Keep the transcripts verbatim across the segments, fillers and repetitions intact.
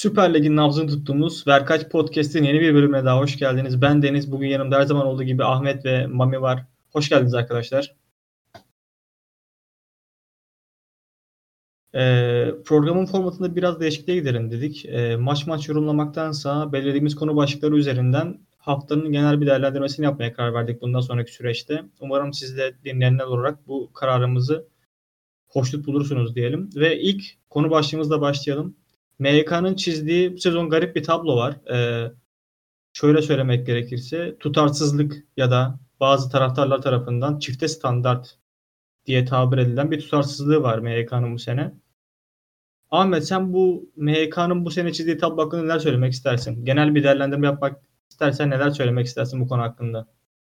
Süper Lig'in nabzını tuttuğumuz Verkaç Podcast'in yeni bir bölümüne daha hoş geldiniz. Ben Deniz. Bugün yanımda her zaman olduğu gibi Ahmet ve Mami var. Hoş geldiniz arkadaşlar. Ee, programın formatında biraz değişikliğe gidelim dedik. Ee, maç maç yorumlamaktansa belirlediğimiz konu başlıkları üzerinden haftanın genel bir değerlendirmesini yapmaya karar verdik bundan sonraki süreçte. Umarım siz de dinleyenler olarak bu kararımızı hoşnut bulursunuz diyelim. Ve ilk konu başlığımızla başlayalım. M Y K'nın çizdiği bu sezon garip bir tablo var. Ee, Şöyle söylemek gerekirse tutarsızlık ya da bazı taraftarlar tarafından çifte standart diye tabir edilen bir tutarsızlığı var M Y K'nın bu sene. Ahmet sen bu M Y K'nın bu sene çizdiği tablo hakkında neler söylemek istersin? Genel bir değerlendirme yapmak istersen neler söylemek istersin bu konu hakkında?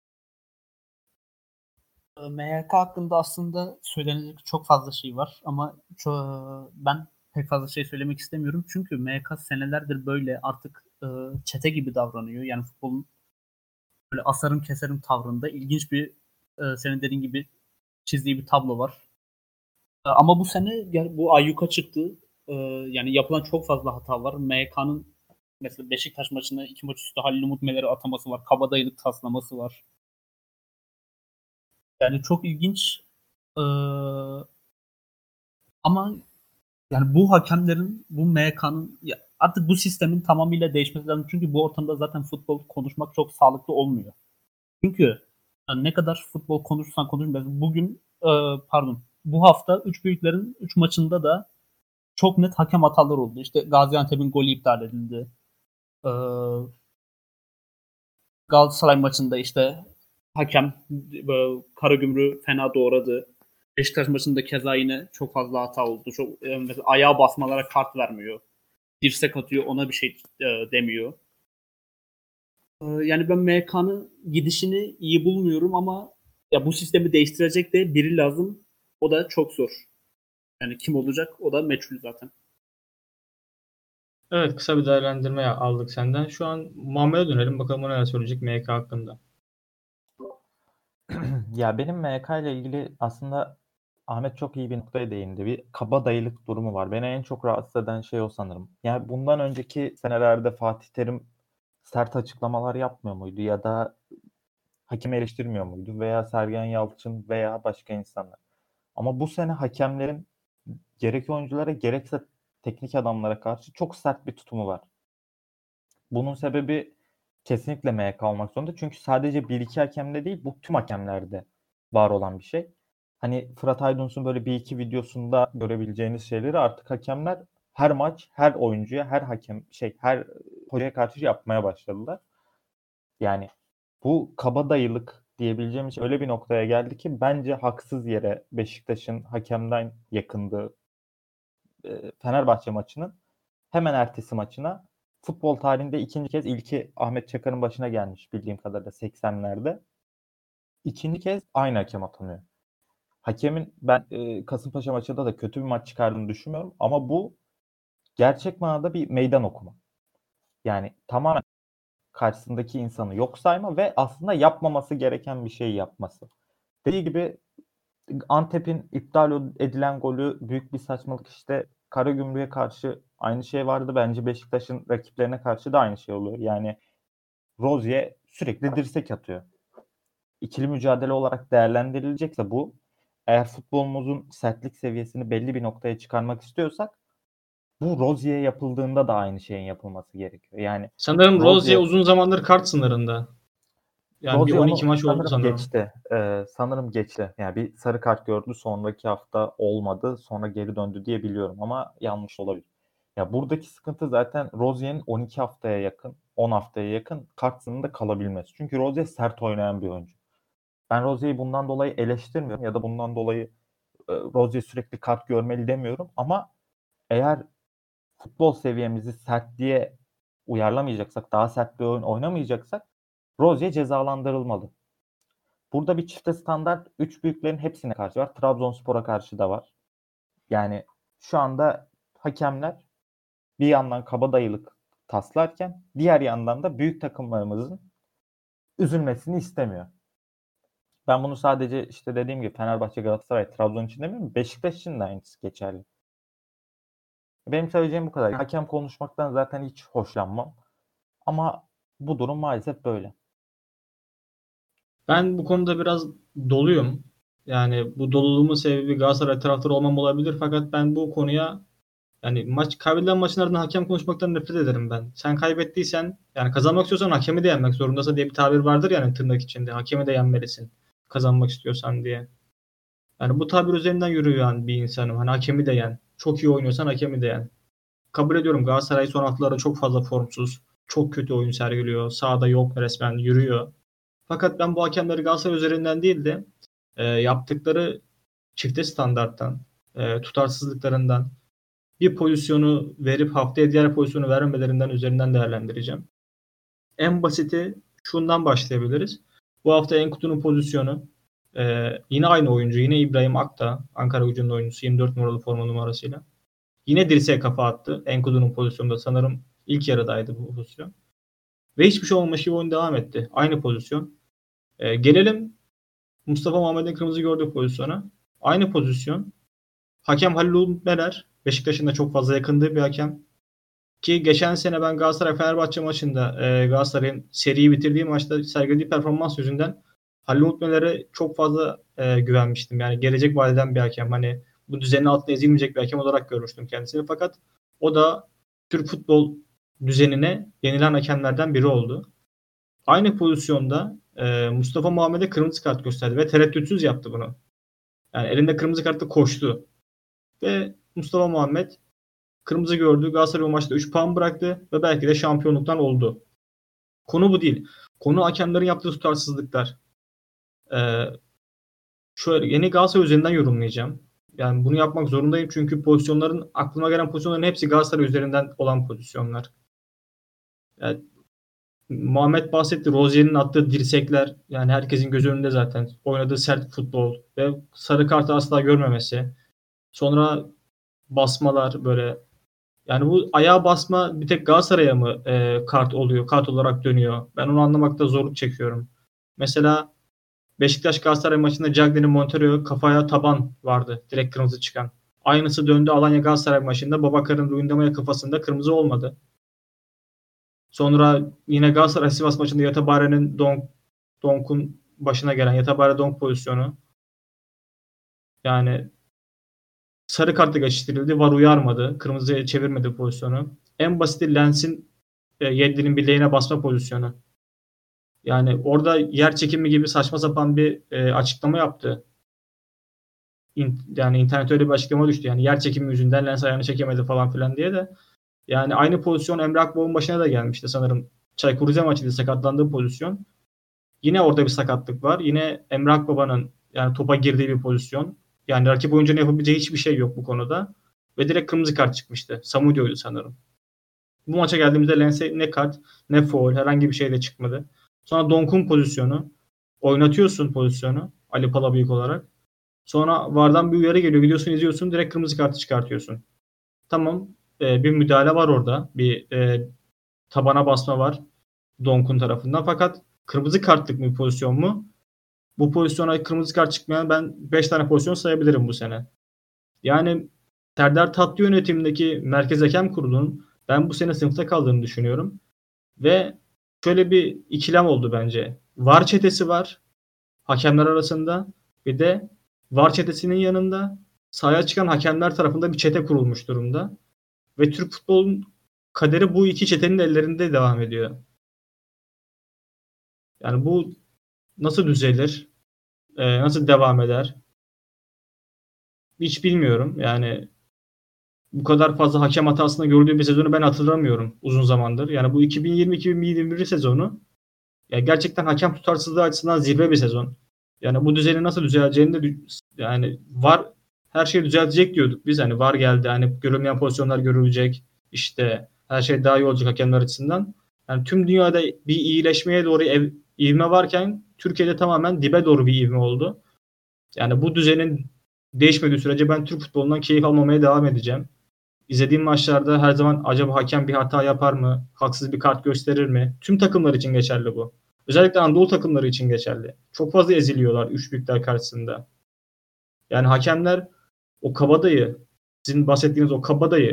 M Y K hakkında aslında söylenecek çok fazla şey var ama ço- ben pek fazla şey söylemek istemiyorum. Çünkü M Y K senelerdir böyle artık e, çete gibi davranıyor. Yani futbolun böyle asarım keserim tavrında ilginç bir e, senin dediğin gibi çizdiği bir tablo var. E, ama bu sene yani bu ayyuka çıktı. E, yani yapılan çok fazla hata var. M Y K'nın mesela Beşiktaş maçında iki maç üstü Halil Umut Meler'i ataması var. Kabadayılık taslaması var. Yani çok ilginç. E, ama Yani bu hakemlerin, bu M Y K'nın ya artık bu sistemin tamamıyla değişmesi lazım. Çünkü bu ortamda zaten futbol konuşmak çok sağlıklı olmuyor. Çünkü yani ne kadar futbol konuşursan konuş. Bugün e, pardon bu hafta üç büyüklerin üç maçında da çok net hakem hataları oldu. İşte Gaziantep'in golü iptal edildi. E, Galatasaray maçında işte hakem e, Karagümrük'ü fena doğradı. Beşiktaş maçında keza yine çok fazla hata oldu. Çok e, mesela ayağa basmalara kart vermiyor. Dirsek atıyor, ona bir şey e, demiyor. E, yani ben M K'nın gidişini iyi bulmuyorum ama ya bu sistemi değiştirecek de biri lazım. O da çok zor. Yani kim olacak o da meçhul zaten. Evet, kısa bir değerlendirme aldık senden. Şu an Muhammed'e dönelim. Bakalım o neler söyleyecek M Y K hakkında. Ya benim M Y K ile ilgili aslında Ahmet çok iyi bir noktaya değindi. Bir kabadayılık durumu var. Beni en çok rahatsız eden şey o sanırım. Yani bundan önceki senelerde Fatih Terim sert açıklamalar yapmıyor muydu ya da hakemi eleştirmiyor muydu veya Sergen Yalçın veya başka insanlar. Ama bu sene hakemlerin gerek oyunculara gerekse teknik adamlara karşı çok sert bir tutumu var. Bunun sebebi kesinlikle M Y K olmak zorunda. Çünkü sadece bir iki hakemde değil, bu tüm hakemlerde var olan bir şey. Hani Fırat Aydınus'un böyle bir iki videosunda görebileceğiniz şeyleri artık hakemler her maç, her oyuncuya, her hakem şey, her hocaya karşı yapmaya başladılar. Yani bu kabadayılık diyebileceğim şey öyle bir noktaya geldi ki bence haksız yere Beşiktaş'ın hakemden yakındığı e, Fenerbahçe maçının hemen ertesi maçına futbol tarihinde ikinci kez ilki Ahmet Çakar'ın başına gelmiş bildiğim kadarıyla seksenlerde. İkinci kez aynı hakem atanıyor. Hakemin ben e, Kasımpaşa maçında da kötü bir maç çıkardığını düşünmüyorum ama bu gerçek manada bir meydan okuma. Yani tamamen karşısındaki insanı yok sayma ve aslında yapmaması gereken bir şeyi yapması. Dediği gibi Antep'in iptal edilen golü büyük bir saçmalık. İşte Karagümrük'e karşı aynı şey vardı. Bence Beşiktaş'ın rakiplerine karşı da aynı şey oluyor. Yani Rozier sürekli dirsek atıyor. İkili mücadele olarak değerlendirilecekse bu, eğer futbolumuzun sertlik seviyesini belli bir noktaya çıkarmak istiyorsak, bu Rozier'e yapıldığında da aynı şeyin yapılması gerekiyor. Yani Sanırım Rozier Rozier uzun zamandır kart sınırında. Yani bir Rozier on iki onu maç oldu sanırım sanırım. geçti. Ee, sanırım geçti. Yani bir sarı kart gördü. Sonraki hafta olmadı. Sonra geri döndü diye biliyorum ama yanlış olabilir. Ya buradaki sıkıntı zaten Rozier'in on iki haftaya yakın, on haftaya yakın kart sınırında kalabilmesi. Çünkü Rozier sert oynayan bir oyuncu. Ben Rozier'i bundan dolayı eleştirmiyorum ya da bundan dolayı e, Rozier sürekli kart görmeli demiyorum ama eğer futbol seviyemizi sertliğe uyarlamayacaksak, daha sert bir oyun oynamayacaksak Rozier cezalandırılmalı. Burada bir çifte standart üç büyüklerin hepsine karşı var. Trabzonspor'a karşı da var. Yani şu anda hakemler bir yandan kabadayılık taslarken diğer yandan da büyük takımlarımızın üzülmesini istemiyor. Ben bunu sadece işte dediğim gibi Fenerbahçe, Galatasaray, Trabzon için demiyorum. Beşiktaş için de aynısı geçerli. Benim söyleyeceğim bu kadar. Hakem konuşmaktan zaten hiç hoşlanmam. Ama bu durum maalesef böyle. Ben bu konuda biraz doluyum. Yani bu doluluğumun sebebi Galatasaray taraftarı olmam olabilir. Fakat ben bu konuya yani maç kaybedilen maçın ardından hakem konuşmaktan nefret ederim ben. Sen kaybettiysen yani kazanmak istiyorsan hakemi de yenmek zorundasın diye bir tabir vardır yani tırnak içinde. Hakemi de yenmelisin kazanmak istiyorsan diye. Yani bu tabir üzerinden yürüyen bir insanım. Hani hakemi de yen. Çok iyi oynuyorsan hakemi de yen. Kabul ediyorum Galatasaray son haftalarda çok fazla formsuz. Çok kötü oyun sergiliyor. Sahada yok resmen yürüyor. Fakat ben bu hakemleri Galatasaray üzerinden değil de e, yaptıkları çifte standarttan, e, tutarsızlıklarından bir pozisyonu verip haftaya diğer pozisyonu vermemelerinden üzerinden değerlendireceğim. En basiti şundan başlayabiliriz. Bu hafta Enkudu'nun pozisyonu e, yine aynı oyuncu. Yine İbrahim Akta. Ankaragücü'nün oyuncusu yirmi dört numaralı forma numarasıyla. Yine dirseğe kafa attı. Enkudu'nun pozisyonunda sanırım ilk yarıdaydı bu pozisyon. Ve hiçbir şey olmamış gibi oyun devam etti. Aynı pozisyon. E, gelelim Mustafa Muhammed'in kırmızı gördüğü pozisyona. Aynı pozisyon. Hakem Halil Umut Meler. Beşiktaş'ın da çok fazla yakındığı bir hakem. Ki geçen sene ben Galatasaray-Fenerbahçe maçında e, Galatasaray'ın seriyi bitirdiği maçta sergilediği performans yüzünden Halil Umut Meler'e çok fazla e, güvenmiştim. Yani gelecek vadeden bir hakem. Hani bu düzenin altında ezilmeyecek bir hakem olarak görmüştüm kendisini. Fakat o da Türk futbol düzenine yenilen hakemlerden biri oldu. Aynı pozisyonda e, Mustafa Muhammed'e kırmızı kart gösterdi ve tereddütsüz yaptı bunu. Yani elinde kırmızı kartla koştu. Ve Mustafa Muhammed kırmızı gördü. Galatasaray o maçta üç puan bıraktı ve belki de şampiyonluktan oldu. Konu bu değil. Konu hakemlerin yaptığı tutarsızlıklar. Ee, şöyle yeni Galatasaray üzerinden yorumlayacağım. Yani bunu yapmak zorundayım çünkü pozisyonların aklıma gelen pozisyonların hepsi Galatasaray üzerinden olan pozisyonlar. Yani, Muhammed bahsetti. Rozier'in attığı dirsekler yani herkesin göz önünde zaten. Oynadığı sert futbol ve sarı kartı asla görmemesi. Sonra basmalar böyle yani bu ayağa basma bir tek Galatasaray'a mı e, kart oluyor, kart olarak dönüyor? Ben onu anlamakta zorluk çekiyorum. Mesela Beşiktaş Galatasaray maçında Cagney'in Montero'ya kafaya taban vardı. Direkt kırmızı çıkan. Aynısı döndü Alanya Galatasaray maçında. Babakar'ın Luyendama'ya kafasında kırmızı olmadı. Sonra yine Galatasaray Sivas maçında Yatabare'nin Donk, Donk'un başına gelen Yatabare Donk pozisyonu. Yani sarı kartla geçiştirildi. V A R uyarmadı. Kırmızıya çevirmedi pozisyonu. En basiti Lens'in e, Yedlin'in bileğine basma pozisyonu. Yani orada yer çekimi gibi saçma sapan bir e, açıklama yaptı. İn, yani internette öyle bir açıklama düştü. Yani yer çekimi yüzünden Lens ayağını çekemedi falan filan diye de. Yani aynı pozisyon Emre Akbağ'ın başına da gelmişti sanırım. Çaykur Rize maçıydı sakatlandığı pozisyon. Yine orada bir sakatlık var. Yine Emre Akbaba'nın yani topa girdiği bir pozisyon. Yani rakip oyuncunun yapabileceği hiçbir şey yok bu konuda. Ve direkt kırmızı kart çıkmıştı. Samudio'ydu sanırım. Bu maça geldiğimizde Lens'e ne kart ne foul herhangi bir şey de çıkmadı. Sonra Donk'un pozisyonu. Oynatıyorsun pozisyonu Ali Palabıyık olarak. Sonra V A R'dan bir uyarı geliyor. Gidiyorsun izliyorsun direkt kırmızı kartı çıkartıyorsun. Tamam e, bir müdahale var orada. Bir e, tabana basma var Donk'un tarafından. Fakat kırmızı kartlık bir pozisyon mu? Bu pozisyona kırmızı kart çıkmayan ben beş tane pozisyon sayabilirim bu sene. Yani Serdar Tatlı yönetimindeki Merkez Hakem Kurulu'nun ben bu sene sınıfta kaldığını düşünüyorum. Ve şöyle bir ikilem oldu bence. V A R çetesi var hakemler arasında. Bir de V A R çetesinin yanında sahaya çıkan hakemler tarafında bir çete kurulmuş durumda. Ve Türk futbolunun kaderi bu iki çetenin ellerinde devam ediyor. Yani bu nasıl düzelir? Ee, nasıl devam eder? Hiç bilmiyorum. Yani bu kadar fazla hakem hatasında gördüğüm bir sezonu ben hatırlamıyorum uzun zamandır. Yani bu iki bin yirmi iki bin yirmi bir sezonu ya gerçekten hakem tutarsızlığı açısından zirve bir sezon. Yani bu düzenin nasıl düzeleceğini de yani var her şey düzelecek diyorduk biz. Hani V A R geldi. Hani görülmeyen pozisyonlar görülecek. İşte her şey daha iyi olacak hakemler açısından. Yani tüm dünyada bir iyileşmeye doğru ev, ivme varken Türkiye'de tamamen dibe doğru bir ivme oldu. Yani bu düzenin değişmediği sürece ben Türk futbolundan keyif almamaya devam edeceğim. İzlediğim maçlarda her zaman acaba hakem bir hata yapar mı? Haksız bir kart gösterir mi? Tüm takımlar için geçerli bu. Özellikle Anadolu takımları için geçerli. Çok fazla eziliyorlar üç büyükler karşısında. Yani hakemler o kabadayı, sizin bahsettiğiniz o kabadayı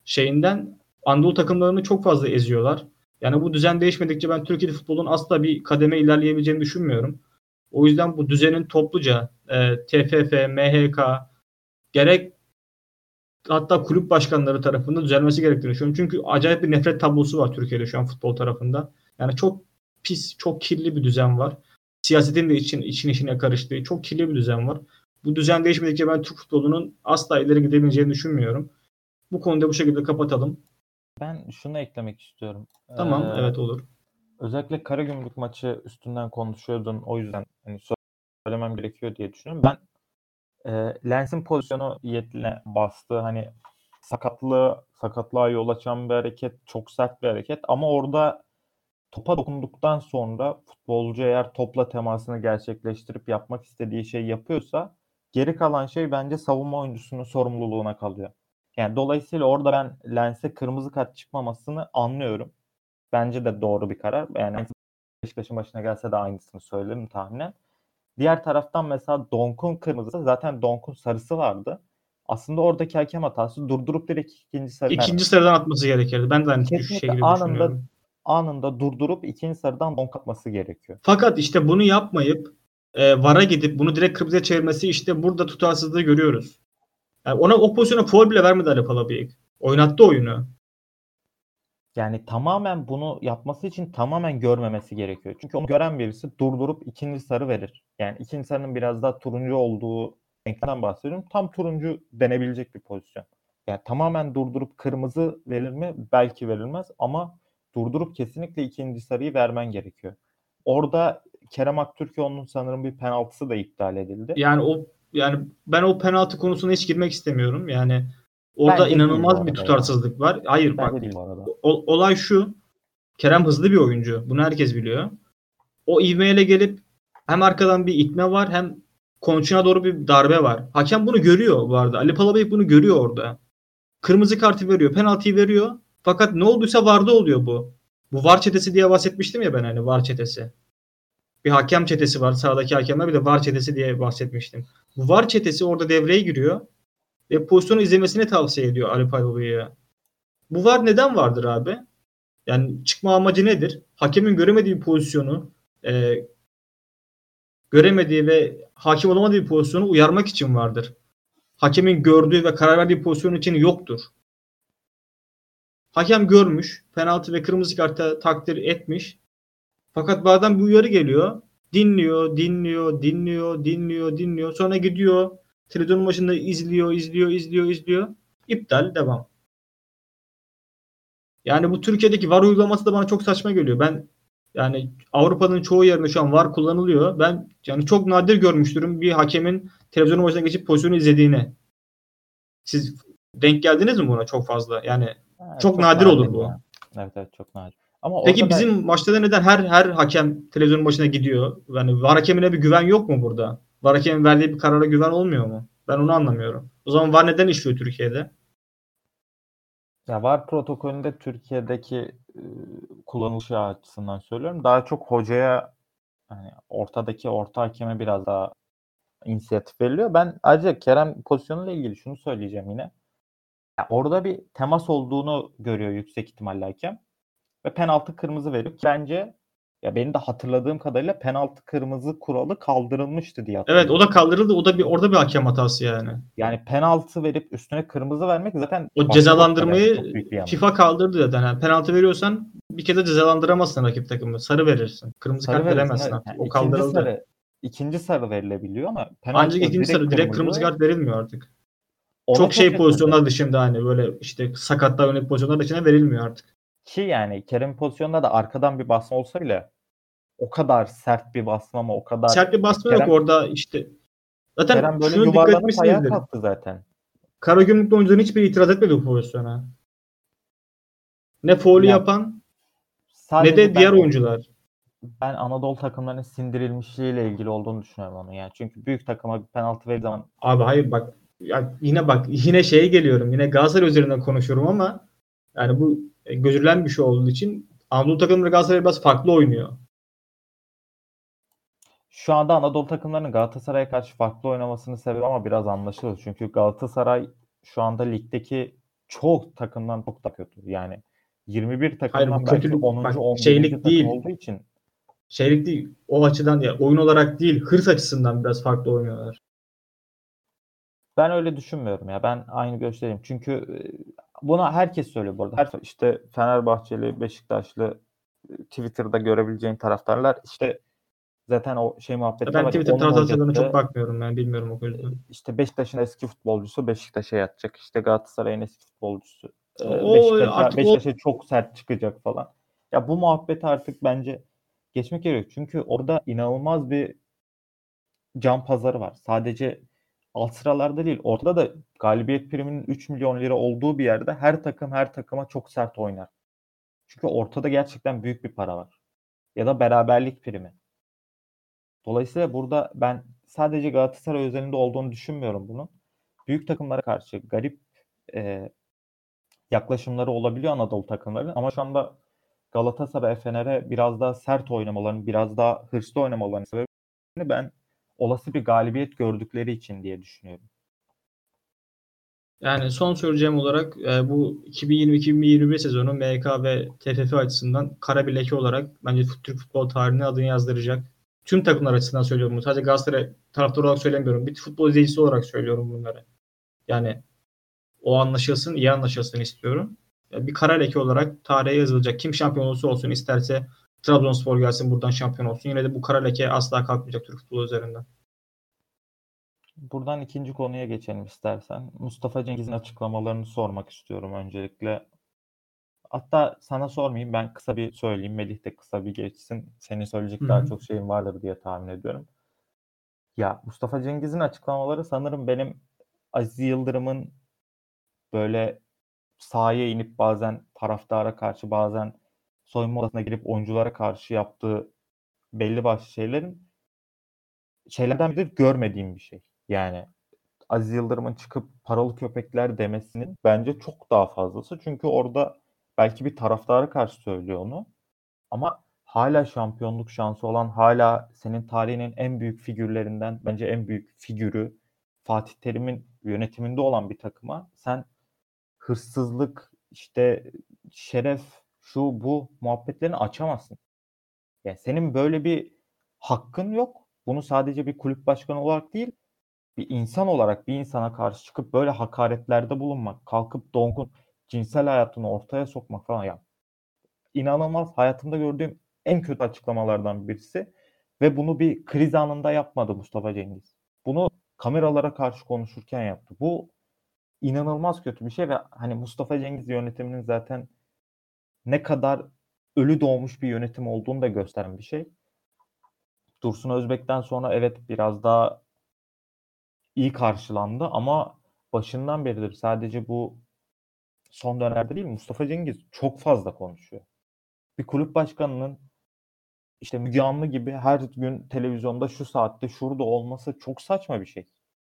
şeyinden Anadolu takımlarını çok fazla eziyorlar. Yani bu düzen değişmedikçe ben Türkiye futbolunun asla bir kademe ilerleyebileceğini düşünmüyorum. O yüzden bu düzenin topluca e, T F F, M H K gerek hatta kulüp başkanları tarafından düzelmesi gerektiğini düşünüyorum. Çünkü acayip bir nefret tablosu var Türkiye'de şu an futbol tarafında. Yani çok pis, çok kirli bir düzen var. Siyasetin de için, için içine karıştığı çok kirli bir düzen var. Bu düzen değişmedikçe ben Türk futbolunun asla ileri gidebileceğini düşünmüyorum. Bu konuda bu şekilde kapatalım. Ben şunu eklemek istiyorum. Tamam, Ee, evet olur. Özellikle Karagümrük maçı üstünden konuşuyordun. O yüzden hani söylemem gerekiyor diye düşünüyorum. Ben e, Lens'in pozisyonu Yiğit'le bastı. Hani sakatlığı, sakatlığa yol açan bir hareket, çok sert bir hareket. Ama orada topa dokunduktan sonra futbolcu eğer topla temasını gerçekleştirip yapmak istediği şeyi yapıyorsa geri kalan şey bence savunma oyuncusunun sorumluluğuna kalıyor. Yani dolayısıyla orada ben Lens'e kırmızı kart çıkmamasını anlıyorum. Bence de doğru bir karar. Yani Beşiktaş'ın başına gelse de aynısını söylerim tahminen. Diğer taraftan mesela Donk'un kırmızısı, zaten Donk'un sarısı vardı. Aslında oradaki hakem hatası durdurup direkt ikinci sarı İkinci sıradan atması gerekirdi. Ben de aynı kesinlikle şekilde anında düşünüyorum. anında durdurup ikinci sarıdan Donk atması gerekiyor. Fakat işte bunu yapmayıp e, VAR'a gidip bunu direkt kırmızıya çevirmesi, işte burada tutarsızlığı görüyoruz. Yani ona o pozisyona faul bile vermedi Ali Palabıyık. Oynattı oyunu. Yani tamamen bunu yapması için tamamen görmemesi gerekiyor. Çünkü onu gören birisi durdurup ikinci sarı verir. Yani ikinci sarının biraz daha turuncu olduğu renkten bahsediyorum. Tam turuncu denebilecek bir pozisyon. Yani tamamen durdurup kırmızı verir mi? Belki verilmez ama durdurup kesinlikle ikinci sarıyı vermen gerekiyor. Orada Kerem Aktürkoğlu'nun sanırım bir penaltısı da iptal edildi. Yani o yani ben o penaltı konusuna hiç girmek istemiyorum. Yani orada Bence değil bu inanılmaz bir arada ya. tutarsızlık var. Hayır bak, Bence değil bu arada. o- olay şu. Kerem hızlı bir oyuncu. Bunu herkes biliyor. O ivmeyle gelip hem arkadan bir itme var, hem konçuna doğru bir darbe var. Hakem bunu görüyor bu arada. Ali Palabıyık bunu görüyor orada. Kırmızı kartı veriyor, penaltıyı veriyor. Fakat ne olduysa VAR'da oluyor bu. Bu VAR çetesi diye bahsetmiştim ya ben, hani VAR çetesi. Bir hakem çetesi var. Sağdaki hakemler, bir de VAR çetesi diye bahsetmiştim. Bu VAR çetesi orada devreye giriyor ve pozisyonu izlemesini tavsiye ediyor Ali Palabıyık'a. Bu VAR neden vardır abi? Yani çıkma amacı nedir? Hakemin göremediği bir pozisyonu, e, göremediği ve hakim olamadığı bir pozisyonu uyarmak için vardır. Hakemin gördüğü ve karar verdiği pozisyon için yoktur. Hakem görmüş, penaltı ve kırmızı karta takdir etmiş. Fakat bazen bir uyarı geliyor. Dinliyor, dinliyor, dinliyor, dinliyor, dinliyor. Sonra gidiyor, televizyonun başında izliyor, izliyor, izliyor, izliyor. İptal, devam. Yani bu Türkiye'deki VAR uygulaması da bana çok saçma geliyor. Ben yani Avrupa'nın çoğu yerinde şu an VAR kullanılıyor. Ben yani çok nadir görmüştürüm bir hakemin televizyonun başına geçip pozisyonu izlediğini. Siz denk geldiniz mi buna çok fazla? Yani Evet, çok çok nadir nadir olur bu. ya. Evet evet çok nadir. Ama Peki orada da bizim maçta neden her her hakem televizyonun başına gidiyor? Yani VAR hakemine bir güven yok mu burada? VAR hakemin verdiği bir karara güven olmuyor mu? Ben onu anlamıyorum. O zaman VAR neden işliyor Türkiye'de? ya VAR protokolünde Türkiye'deki e, kullanılışı açısından söylüyorum. Daha çok hocaya, hani ortadaki orta hakeme biraz daha inisiyatif veriliyor. Ben ayrıca Kerem pozisyonuyla ilgili şunu söyleyeceğim yine. Ya orada bir temas olduğunu görüyor yüksek ihtimalle hakem ve penaltı kırmızı veriyor ki bence, ya benim de hatırladığım kadarıyla penaltı kırmızı kuralı kaldırılmıştı diye Evet, o hatırlıyorum. da kaldırıldı. O da bir orada bir hakem hatası yani. Yani penaltı verip üstüne kırmızı vermek zaten O başlı başına bence çok cezalandırmayı büyük bir yanlış. FIFA kaldırdı zaten. Yani penaltı veriyorsan bir kere cezalandıramazsın rakip takımı. Sarı verirsin. Kırmızı Sarı kart verirsin. veremezsin Evet. artık. Yani O ikinci kaldırıldı. sarı ikinci sarı verilebiliyor ama Ancak penaltıda ikinci direkt sarı direkt kırmızı kırmızı, kart verilmiyor artık. ona Çok çok şey şaşırdım. pozisyonlar dışında, hani böyle işte sakatlığa yönelik pozisyonlar dışında verilmiyor artık. Ki yani Kerem pozisyonunda da arkadan bir basma olsa bile o kadar sert bir basma ama o kadar, Sert bir ya basma yok Kerem orada işte. Zaten Kerem böyle şunu dikkat yuvarlanıp ayağa etmişsinizdir. kalktı zaten. Karagümrük'te oyuncuların hiçbir itiraz etmedi bu pozisyona. Ne faulü Ya yapan ne sadece de ben diğer o oyuncular. ben Anadolu takımlarının sindirilmişliğiyle ilgili olduğunu düşünüyorum onu yani. Çünkü büyük takıma bir penaltı verildiği zaman Abi hayır bak, ya yine bak, yine şeye geliyorum. Yine Galatasaray üzerinden konuşuyorum ama yani bu e, gözülen bir şey olduğu için Anadolu takımları Galatasaray biraz farklı oynuyor. şu anda Anadolu takımlarının Galatasaray'a karşı farklı oynamasının sebebi ama biraz anlaşılır. Çünkü Galatasaray şu anda ligdeki çoğu takımdan çok da kötü. Yani yirmi bir Hayır, takımdan bu belki kötülük onuncu bak on birinci şeylik takım değil. olduğu için Şeylik değil. O açıdan ya oyun olarak değil, hırs açısından biraz farklı oynuyorlar. ben öyle düşünmüyorum ya. Ben aynı görüşteyim. Çünkü e, buna herkes söylüyor bu arada. Her işte Fenerbahçeli, Beşiktaşlı e, Twitter'da görebileceğin taraftarlar işte zaten o şey Ya muhabbeti ben var ya, Twitter onun taraftarlarına çok hocası bakmıyorum, ben bilmiyorum o yüzden. işte Beşiktaş'ın eski futbolcusu Beşiktaş'a yatacak. İşte Galatasaray'ın eski futbolcusu e, O Beşiktaş'a artık o Beşiktaş'a çok sert çıkacak falan. Ya bu muhabbeti artık bence geçmek gerekiyor. Çünkü orada inanılmaz bir can pazarı var. Sadece alt sıralarda değil. Orada da galibiyet priminin üç milyon lira olduğu bir yerde her takım her takıma çok sert oynar. Çünkü ortada gerçekten büyük bir para var. Ya da beraberlik primi. Dolayısıyla burada ben sadece Galatasaray özelinde olduğunu düşünmüyorum bunun. Büyük takımlara karşı garip e, yaklaşımları olabiliyor Anadolu takımlarının. Ama şu anda Galatasaray, Fener'e biraz daha sert oynamalarını, biraz daha hırslı oynamalarının sebebini ben olası bir galibiyet gördükleri için diye düşünüyorum. Yani son söyleyeceğim olarak e, bu iki bin yirmi iki bin yirmi bir sezonu M K ve T F F açısından kara bir leke olarak bence Türk futbol tarihine adını yazdıracak. Tüm takımlar açısından söylüyorum bunu. Sadece Galatasaray taraftarı olarak söylemiyorum. Bir futbol izleyicisi olarak söylüyorum bunları. Yani o anlaşılsın, iyi anlaşılsın istiyorum. Bir kara leke olarak tarihe yazılacak. Kim şampiyon olursa olsun, isterse Trabzonspor gelsin buradan şampiyon olsun. Yine de bu kara leke asla kalkmayacak Türk futbolu üzerinden. Buradan ikinci konuya geçelim istersen. Mustafa Cengiz'in açıklamalarını sormak istiyorum öncelikle. Hatta sana sormayayım, ben kısa bir söyleyeyim. Melih de kısa bir geçsin. Senin Hı söyleyecek daha hı. çok şeyin vardır diye tahmin ediyorum. Ya Mustafa Cengiz'in açıklamaları sanırım benim Aziz Yıldırım'ın böyle sahaya inip bazen taraftara karşı, bazen soyunma odasına girip oyunculara karşı yaptığı belli başlı şeylerin şeylerden biri görmediğim bir şey. Yani Aziz Yıldırım'ın çıkıp paralı köpekler demesinin bence çok daha fazlası. Çünkü orada belki bir taraftara karşı söylüyor onu. Ama hala şampiyonluk şansı olan, hala senin tarihinin en büyük figürlerinden, bence en büyük figürü Fatih Terim'in yönetiminde olan bir takıma sen hırsızlık, işte şeref, şu bu muhabbetlerini açamazsın. Yani senin böyle bir hakkın yok. Bunu sadece bir kulüp başkanı olarak değil, bir insan olarak bir insana karşı çıkıp böyle hakaretlerde bulunmak, kalkıp Donk'un cinsel hayatını ortaya sokmak falan, ya inanılmaz, hayatımda gördüğüm en kötü açıklamalardan birisi ve bunu bir kriz anında yapmadı Mustafa Cengiz. Bunu kameralara karşı konuşurken yaptı. Bu inanılmaz kötü bir şey ve hani Mustafa Cengiz yönetiminin zaten ne kadar ölü doğmuş bir yönetim olduğunu da gösteren bir şey. Dursun Özbek'ten sonra evet biraz daha iyi karşılandı ama başından beridir sadece bu son dönemlerde değil, Mustafa Cengiz çok fazla konuşuyor. Bir kulüp başkanının işte Müge Anlı gibi her gün televizyonda şu saatte şurada olması çok saçma bir şey.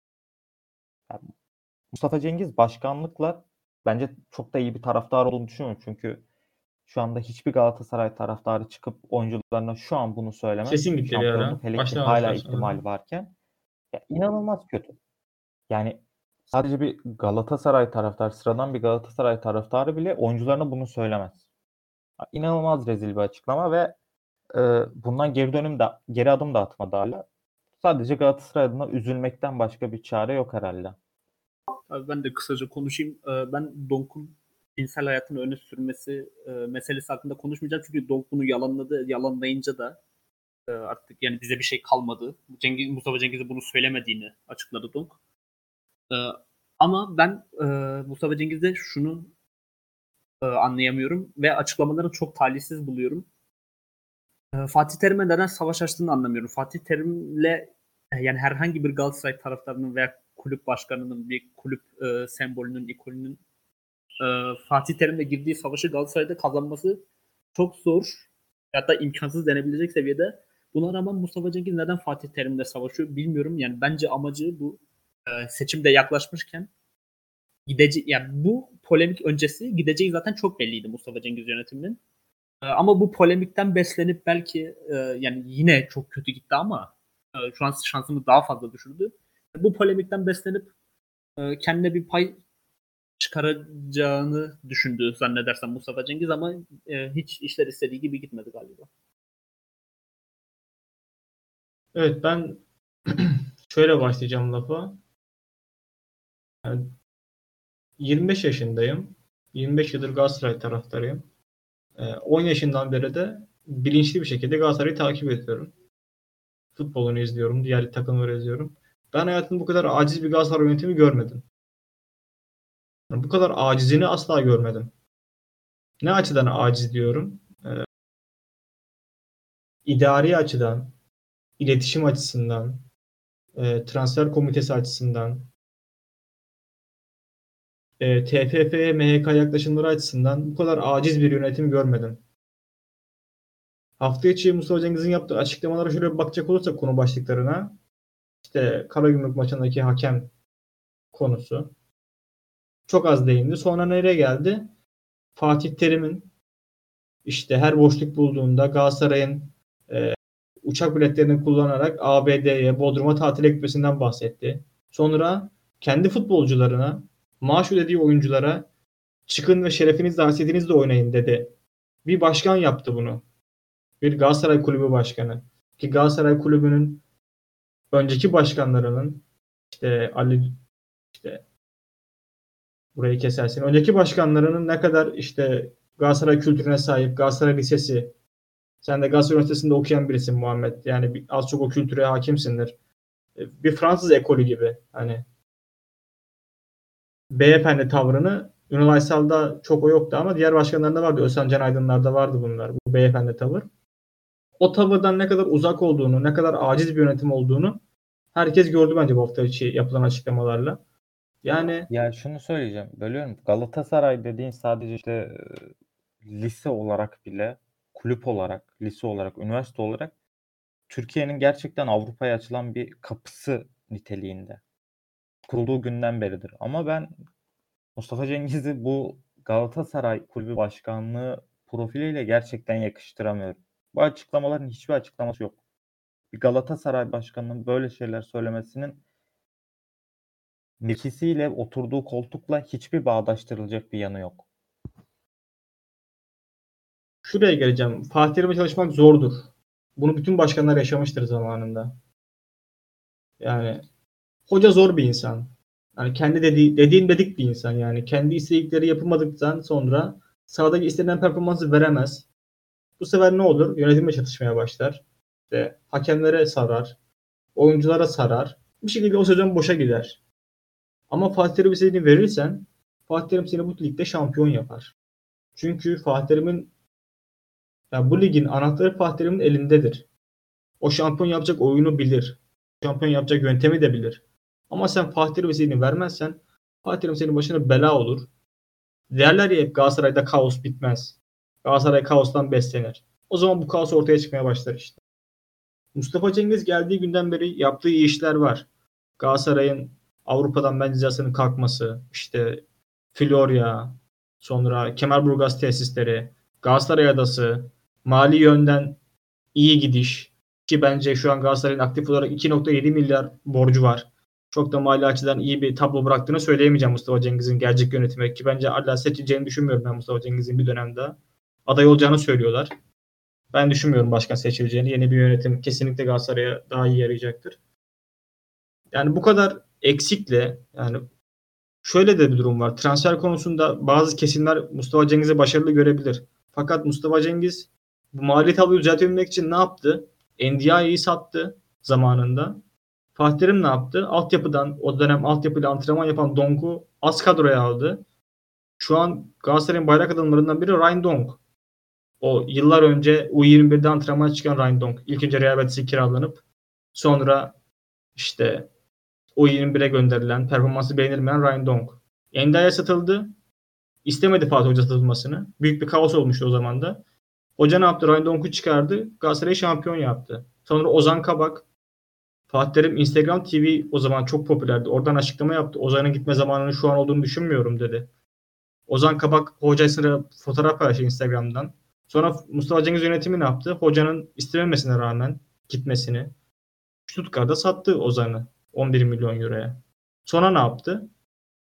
Yani Mustafa Cengiz başkanlıkla bence çok da iyi bir taraftar olduğunu düşünmüyorum. Çünkü şu anda hiçbir Galatasaray taraftarı çıkıp oyuncularına şu an bunu söylemez. Sesin gitti bir ara. Şampiyonluk hele ki Baştan hala alışversin sonra. ihtimali varken. Ya inanılmaz kötü. Yani sadece bir Galatasaray taraftarı, sıradan bir Galatasaray taraftarı bile oyuncularına bunu söylemez. Ya İnanılmaz rezil bir açıklama ve e, bundan geri dönüm de geri adım da atmadı hala. Sadece Galatasaray adına üzülmekten başka bir çare yok herhalde. Abi ben de kısaca konuşayım. Ee, Ben Donk'un cinsel hayatını öne sürmesi e, meselesi hakkında konuşmayacağım. Çünkü Donk bunu yalanladı. Yalanlayınca da e, artık yani bize bir şey kalmadı. Cengiz, Mustafa Cengiz'e bunu söylemediğini açıkladı Donk. Ee, Ama ben e, Mustafa Cengiz'de şunu e, anlayamıyorum ve açıklamalarını çok talihsiz buluyorum. E, Fatih Terim'e neden savaş açtığını anlamıyorum. Fatih Terim'le e, yani herhangi bir Galatasaray taraftarının veya kulüp başkanının, bir kulüp e, sembolünün, ikonunun e, Fatih Terim'le girdiği savaşı Galatasaray'da kazanması çok zor. Hatta imkansız denebilecek seviyede. Buna rağmen Mustafa Cengiz neden Fatih Terim'le savaşıyor bilmiyorum. Yani bence amacı bu e, seçimde yaklaşmışken gidece yani bu polemik öncesi gideceği zaten çok belliydi Mustafa Cengiz yönetiminin. E, ama bu polemikten beslenip belki e, yani yine çok kötü gitti ama e, şu an şansını daha fazla düşürdü. Bu polemikten beslenip e, kendine bir pay çıkaracağını düşündü zannedersem Mustafa Cengiz ama e, hiç işler istediği gibi gitmedi galiba. Evet, ben şöyle başlayacağım lafa. Yani yirmi beş yaşındayım. yirmi beş yıldır Galatasaray taraftarıyım. on yaşından beri de bilinçli bir şekilde Galatasaray'ı takip ediyorum. Futbolunu izliyorum, diğer takımları izliyorum. Ben hayatımda bu kadar aciz bir Galatasaray yönetimi görmedim. Yani bu kadar acizini asla görmedim. Ne açıdan aciz diyorum? Ee, idari açıdan, iletişim açısından, e, transfer komitesi açısından, e, T F F, M H K yaklaşımları açısından bu kadar aciz bir yönetim görmedim. Hafta içi Mustafa Cengiz'in yaptığı açıklamalara şöyle bir bakacak olursak konu başlıklarına, işte Karagümrük maçındaki hakem konusu çok az değindi. Sonra nereye geldi? Fatih Terim'in işte her boşluk bulduğunda Galatasaray'ın e, uçak biletlerini kullanarak A B D'ye, Bodrum'a tatile gitmesinden bahsetti. Sonra kendi futbolcularına, maaş ödediği oyunculara çıkın ve şerefinizle, hasetinizle oynayın dedi. Bir başkan yaptı bunu. Bir Galatasaray Kulübü başkanı. Ki Galatasaray Kulübü'nün önceki başkanlarının işte Ali işte burayı kesersin. Önceki başkanlarının ne kadar işte Galatasaray kültürüne sahip, Galatasaray Lisesi. Sen de Galatasaray Üniversitesi'nde okuyan birisin Muhammed. Yani bir, az çok o kültüre hakimsindir. Bir Fransız ekolü gibi. Hani beyefendi tavrını Ünal Aysal'da çok o yoktu ama diğer başkanlarında vardı. Özcan Can Aydınlar'da vardı bunlar. Bu beyefendi tavır. O tavırdan ne kadar uzak olduğunu, ne kadar aciz bir yönetim olduğunu herkes gördü bence bu hafta içi yapılan açıklamalarla. Yani Ya şunu söyleyeceğim. Bölüyorum. Galatasaray dediğin sadece işte e, lise olarak bile, kulüp olarak, lise olarak, üniversite olarak Türkiye'nin gerçekten Avrupa'ya açılan bir kapısı niteliğinde. Kurulduğu günden beridir. Ama ben Mustafa Cengiz'i bu Galatasaray Kulübü Başkanlığı profiliyle gerçekten yakıştıramıyorum. Bu açıklamaların hiçbir açıklaması yok. Bir Galatasaray Başkanı'nın böyle şeyler söylemesinin mevkisiyle, oturduğu koltukla hiçbir bağdaştırılacak bir yanı yok. şuraya geleceğim. Fatih Terim'le çalışmak zordur. Bunu bütün başkanlar yaşamıştır zamanında. Yani hoca zor bir insan. Yani kendi dediği, dediğin dedik bir insan yani. Kendi istedikleri yapılmadıktan sonra sahadaki istenilen performansı veremez. Bu sefer ne olur? Yönetimle çatışmaya başlar. İşte hakemlere sarar. Oyunculara sarar. Bir şekilde o sezon boşa gider. Ama Fatih Terim'e istediğini verirsen Fatih Terim seni bu ligde şampiyon yapar. Çünkü Fatih Terim'in yani bu ligin anahtarı Fatih Terim'in elindedir. O şampiyon yapacak oyunu bilir. Şampiyon yapacak yöntemi de bilir. Ama sen Fatih Terim'e istediğini vermezsen Fatih Terim senin başına bela olur. Derler ya hep Galatasaray'da kaos bitmez. Galatasaray kaostan beslenir. O zaman bu kaos ortaya çıkmaya başlar işte. Mustafa Cengiz geldiği günden beri yaptığı iyi işler var. Galatasaray'ın Avrupa'dan medyasının kalkması, işte Florya, sonra Kemerburgaz tesisleri, Galatasaray Adası, mali yönden iyi gidiş. Ki bence şu an Galatasaray'ın aktif olarak iki nokta yedi milyar borcu var. Çok da mali açıdan iyi bir tablo bıraktığını söyleyemeyeceğim Mustafa Cengiz'in gelecek yönetimi. Ki bence hala seçileceğini düşünmüyorum ben Mustafa Cengiz'in bir dönemde. Aday olacağını söylüyorlar. Ben düşünmüyorum başkan seçileceğini. Yeni bir yönetim kesinlikle Galatasaray'a daha iyi yarayacaktır. Yani bu kadar eksikle yani şöyle de bir durum var. Transfer konusunda bazı kesimler Mustafa Cengiz'i başarılı görebilir. Fakat Mustafa Cengiz bu mali tabloyu düzeltebilmek için ne yaptı? Ndiaye'yi sattı zamanında. Fatih Terim ne yaptı? Altyapıdan, o dönem altyapıyla antrenman yapan Donk'u az kadroya aldı. Şu an Galatasaray'ın bayrak adamlarından biri Ryan Donk. O yıllar önce U yirmi birde antrenman çıkan Ryan Donk. İlk önce Real Betis'e kiralanıp sonra işte U yirmi bire gönderilen, performansı beğenilmeyen Ryan Donk. Ndiaye satıldı. İstemedi Fatih Hoca satılmasını. Büyük bir kaos olmuştu o zaman da. Hoca ne yaptı? Ryan Donk'u çıkardı. Galatasaray'ı şampiyon yaptı. Sonra Ozan Kabak. Fatih Terim Instagram T V o zaman çok popülerdi. Oradan açıklama yaptı. Ozan'ın gitme zamanının şu an olduğunu düşünmüyorum dedi. Ozan Kabak hocasıyla fotoğraf paylaştı Instagram'dan. Sonra Mustafa Cengiz yönetimi ne yaptı? Hocanın istememesine rağmen gitmesini Stuttgart'ta sattı Ozan'ı on bir milyon euroya. Sonra ne yaptı?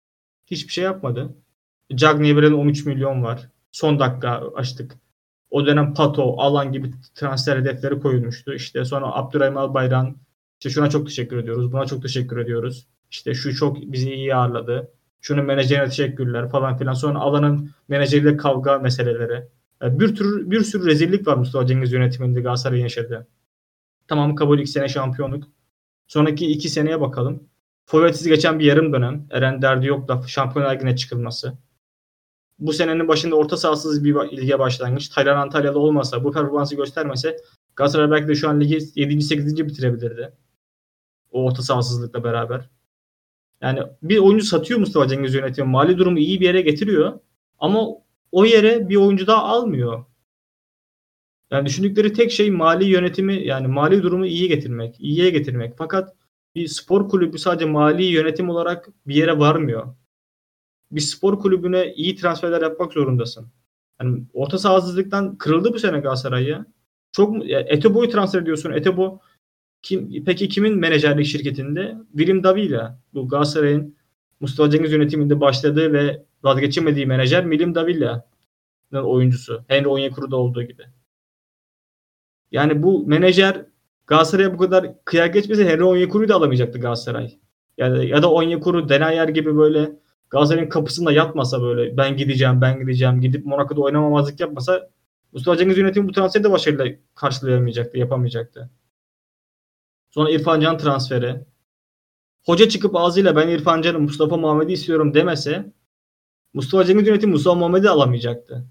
Hiçbir şey yapmadı. Cagney'e veren on üç milyon var. Son dakika açtık. O dönem Pato, Alan gibi transfer hedefleri koyulmuştu. İşte sonra Abdurrahim Albayrak'ın işte şuna çok teşekkür ediyoruz, buna çok teşekkür ediyoruz. İşte şu çok bizi iyi ağırladı. Şunun menajerine teşekkürler falan filan. Sonra Alan'ın menajeriyle kavga meseleleri. Yani bir tür bir sürü rezillik var Mustafa Cengiz yönetiminde Galatasaray'ın yaşadığı. Tamam kabul iki sene şampiyonluk. Sonraki iki seneye bakalım. Forvetsiz geçen bir yarım dönem. Eren derdi yok da Şampiyonlar Ligi'ne çıkılması. Bu senenin başında orta sahasız bir lige başlangıç. Taylan Antalyalı olmasa, bu performansı göstermese Galatasaray belki de şu an ligi yedinci sekizinci bitirebilirdi. O orta sahasızlıkla beraber. Yani bir oyuncu satıyor Mustafa Cengiz yönetimi. Mali durumu iyi bir yere getiriyor. Ama o yere bir oyuncu daha almıyor. Yani düşündükleri tek şey mali yönetimi, yani mali durumu iyi getirmek, iyiye getirmek. Fakat bir spor kulübü sadece mali yönetim olarak bir yere varmıyor. Bir spor kulübüne iyi transferler yapmak zorundasın. Yani orta sahasızlıktan kırıldı bu sene Galatasaray ya. Çok Etebo'yu transfer ediyorsun. Etebo kim, peki kimin menajerlik şirketinde? William Davila. Bu Galatasaray'ın Mustafa Cengiz yönetiminde başladığı ve vazgeçemediği menajer William Davila'nın oyuncusu. Henry Onyekuru'da olduğu gibi. Yani bu menajer Galatasaray'a bu kadar kıyak geçmese Henry Onyekuru'yu da alamayacaktı Galatasaray. Yani ya da Onyekuru, Denayer gibi böyle Galatasaray'ın kapısında yatmasa böyle ben gideceğim, ben gideceğim, gidip Monaco'da oynamamazlık yapmasa Mustafa Cengiz yönetimi bu transferi de başarıyla karşılayamayacaktı, yapamayacaktı. Sonra İrfan Can transferi. Hoca çıkıp ağzıyla ben İrfan Can'ı, Mustafa Muhammed'i istiyorum demese Mustafa Cengiz yönetimi Mustafa Muhammed'i alamayacaktı.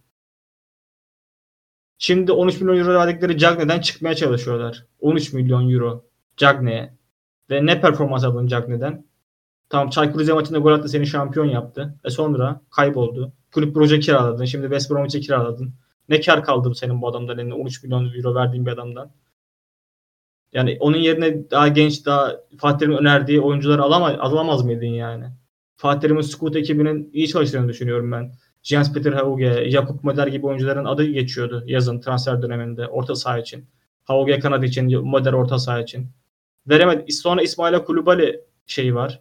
Şimdi on üç milyon euro verdikleri Cagney'den çıkmaya çalışıyorlar. on üç milyon euro Cagney'e. Ve ne performans aldın Cagney'den? Tamam Çaykur Rize maçında gol attı, seni şampiyon yaptı. E sonra kayboldu. Kulüp proje kiraladın. Şimdi West Bromwich'e kiraladın. Ne kar kaldı senin bu adamdan eline on üç milyon euro verdiğin bir adamdan? Yani onun yerine daha genç, daha Fatih Terim'in önerdiği oyuncuları alamaz, alamaz mıydın yani? Fatih Terim'in scout ekibinin iyi çalıştığını düşünüyorum ben. Jens-Peter Hauge, Jakub Moder gibi oyuncuların adı geçiyordu yazın transfer döneminde orta saha için. Hauge kanat için, Moder orta saha için. Veremedi. Sonra İsmail Kulübali şeyi var.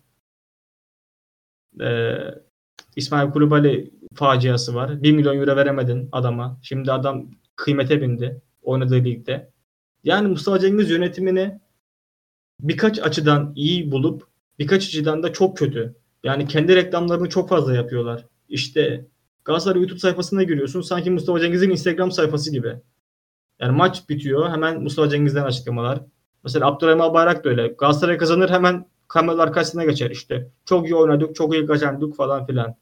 Ee, İsmail Kulübali faciası var. bir milyon euro veremedin adama. Şimdi adam kıymete bindi oynadığı ligde. Yani Mustafa Cengiz yönetimini birkaç açıdan iyi bulup birkaç açıdan da çok kötü. Yani kendi reklamlarını çok fazla yapıyorlar. İşte Galatasaray YouTube sayfasına giriyorsun sanki Mustafa Cengiz'in Instagram sayfası gibi. Yani maç bitiyor hemen Mustafa Cengiz'den açıklamalar. Mesela Abdurrahim Albayrak da öyle. Galatasaray kazanır hemen kameralar karşısına geçer işte. Çok iyi oynadık, çok iyi kazandık falan filan.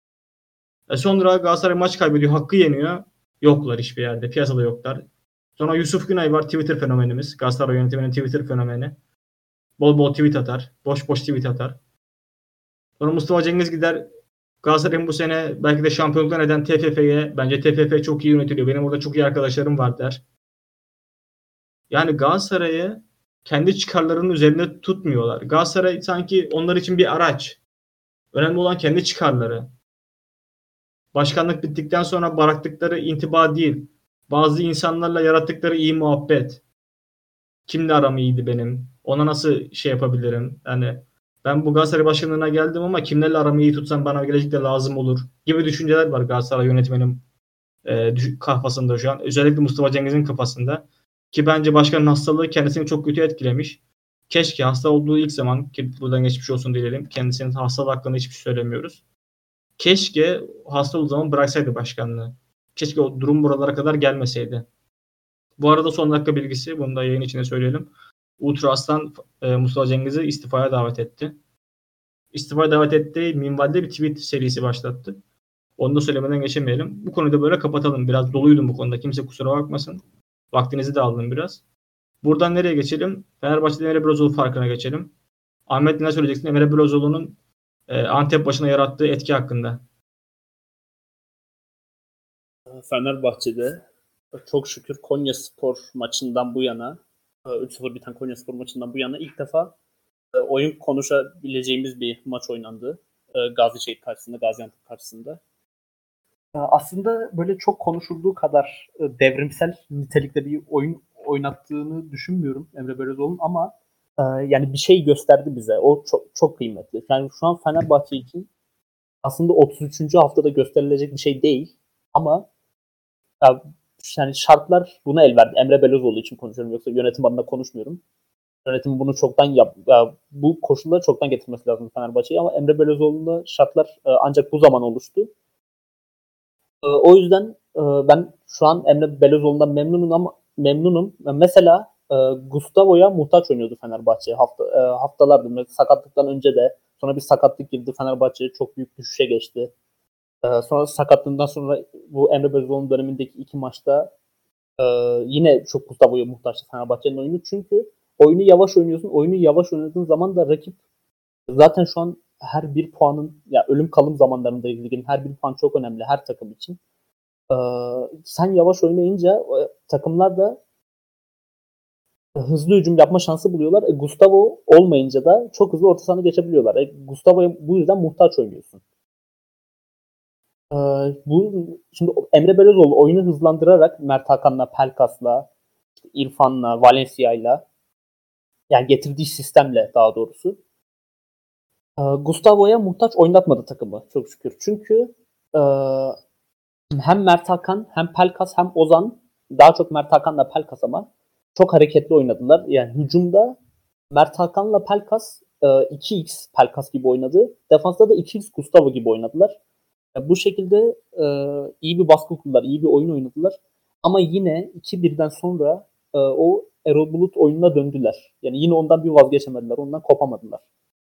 E sonra Galatasaray maç kaybediyor, hakkı yeniyor. Yoklar hiçbir yerde, piyasada yoklar. Sonra Yusuf Günay var, Twitter fenomenimiz. Galatasaray yönetiminin Twitter fenomeni. Bol bol tweet atar. Boş boş tweet atar. Sonra Mustafa Cengiz gider. Galatasaray'ın bu sene belki de şampiyonlukla neden T F F'ye, bence T F F çok iyi yönetiliyor. Benim orada çok iyi arkadaşlarım var der. Yani Galatasaray'ı kendi çıkarlarının üzerinde tutmuyorlar. Galatasaray sanki onlar için bir araç. Önemli olan kendi çıkarları. Başkanlık bittikten sonra bıraktıkları intiba değil. Bazı insanlarla yarattıkları iyi muhabbet. Kimle aram iyiydi benim? Ona nasıl şey yapabilirim? Yani ben bu Galatasaray başkanlığına geldim ama kimlerle aramı iyi tutsam bana gelecekte lazım olur gibi düşünceler var Galatasaray yönetiminin e, kafasında şu an. Özellikle Mustafa Cengiz'in kafasında. Ki bence başkanın hastalığı kendisini çok kötü etkilemiş. Keşke hasta olduğu ilk zaman, ki buradan geçmiş olsun diyelim. Kendisinin hastalığı hakkında hiçbir şey söylemiyoruz. Keşke hasta olduğu zaman bıraksaydı başkanlığı. Keşke o durum buralara kadar gelmeseydi. Bu arada son dakika bilgisi, bunu da yayın içinde söyleyelim. Ultra Aslan e, Mustafa Cengiz'i istifaya davet etti. İstifaya davet ettiği minvalde bir tweet serisi başlattı. Onu da söylemeden geçemeyelim. Bu konuyu da böyle kapatalım. Biraz doluydum bu konuda. Kimse kusura bakmasın. Vaktinizi de aldım biraz. Buradan nereye geçelim? Fenerbahçe'de Emre Belözoğlu farkına geçelim. Ahmet, ne söyleyeceksin Emre Belözoğlu'nun e, Antep başına yarattığı etki hakkında? Fenerbahçe'de çok şükür Konyaspor maçından bu yana, üç sıfır biten Konyaspor maçından bu yana ilk defa oyun konuşabileceğimiz bir maç oynandı. Gazişehir karşısında, Gaziantep karşısında. Aslında böyle çok konuşulduğu kadar devrimsel nitelikte bir oyun oynattığını düşünmüyorum Emre Belözoğlu'nun ama yani bir şey gösterdi bize. O çok çok kıymetli. Yani şu an Fenerbahçe için aslında otuz üçüncü haftada gösterilecek bir şey değil. Ama ya, yani şartlar buna el verdi. Emre Belözoğlu için konuşuyorum, yoksa yönetim adına konuşmuyorum. Yönetim bunu çoktan yap, ya, bu koşulları çoktan getirmesi lazım Fenerbahçe'ye, ama Emre Belözoğlu'nda şartlar e, ancak bu zaman oluştu. E, o yüzden e, ben şu an Emre Belözoğlu'ndan memnunum ama memnunum. Mesela e, Gustavo'ya muhtaç oynuyordu Fenerbahçe hafta e, haftalardır. Sakatlıktan önce de, sonra bir sakatlık girdi, Fenerbahçe çok büyük düşüşe geçti. E, sonra sakatlığından sonra bu Emre Belözoğlu'nun dönemindeki iki maçta e, yine çok Gustavo'ya muhtaçtı Fenerbahçe'nin oyunu. Çünkü oyunu yavaş oynuyorsun. Oyunu yavaş oynadığın zaman da rakip zaten şu an her bir puanın, ya ölüm kalım zamanlarında ligin her bir puan çok önemli her takım için. Ee, sen yavaş oynayınca e, takımlar da hızlı hücum yapma şansı buluyorlar. E, Gustavo olmayınca da çok hızlı orta sahanı geçebiliyorlar. E, Gustavo'ya bu yüzden muhtaç oynuyorsun. Ee, bu şimdi Emre Belözoğlu oyunu hızlandırarak Mert Hakan'la, Pelkas'la, işte İrfan'la, Valencia'yla, yani getirdiği sistemle daha doğrusu e, Gustavo'ya muhtaç oynatmadı takımı çok şükür. Çünkü e, hem Mert Hakan hem Pelkas hem Ozan, daha çok Mert Hakan'la Pelkas ama çok hareketli oynadılar. Yani hücumda Mert Hakan'la Pelkas e, iki x Pelkas gibi oynadı. Defansta da iki x Gustavo gibi oynadılar. E, bu şekilde e, iyi bir baskı kurdular, iyi bir oyun oynadılar. Ama yine iki birden sonra e, o Erol Bulut oyununa döndüler. Yani yine ondan bir vazgeçemediler, ondan kopamadılar.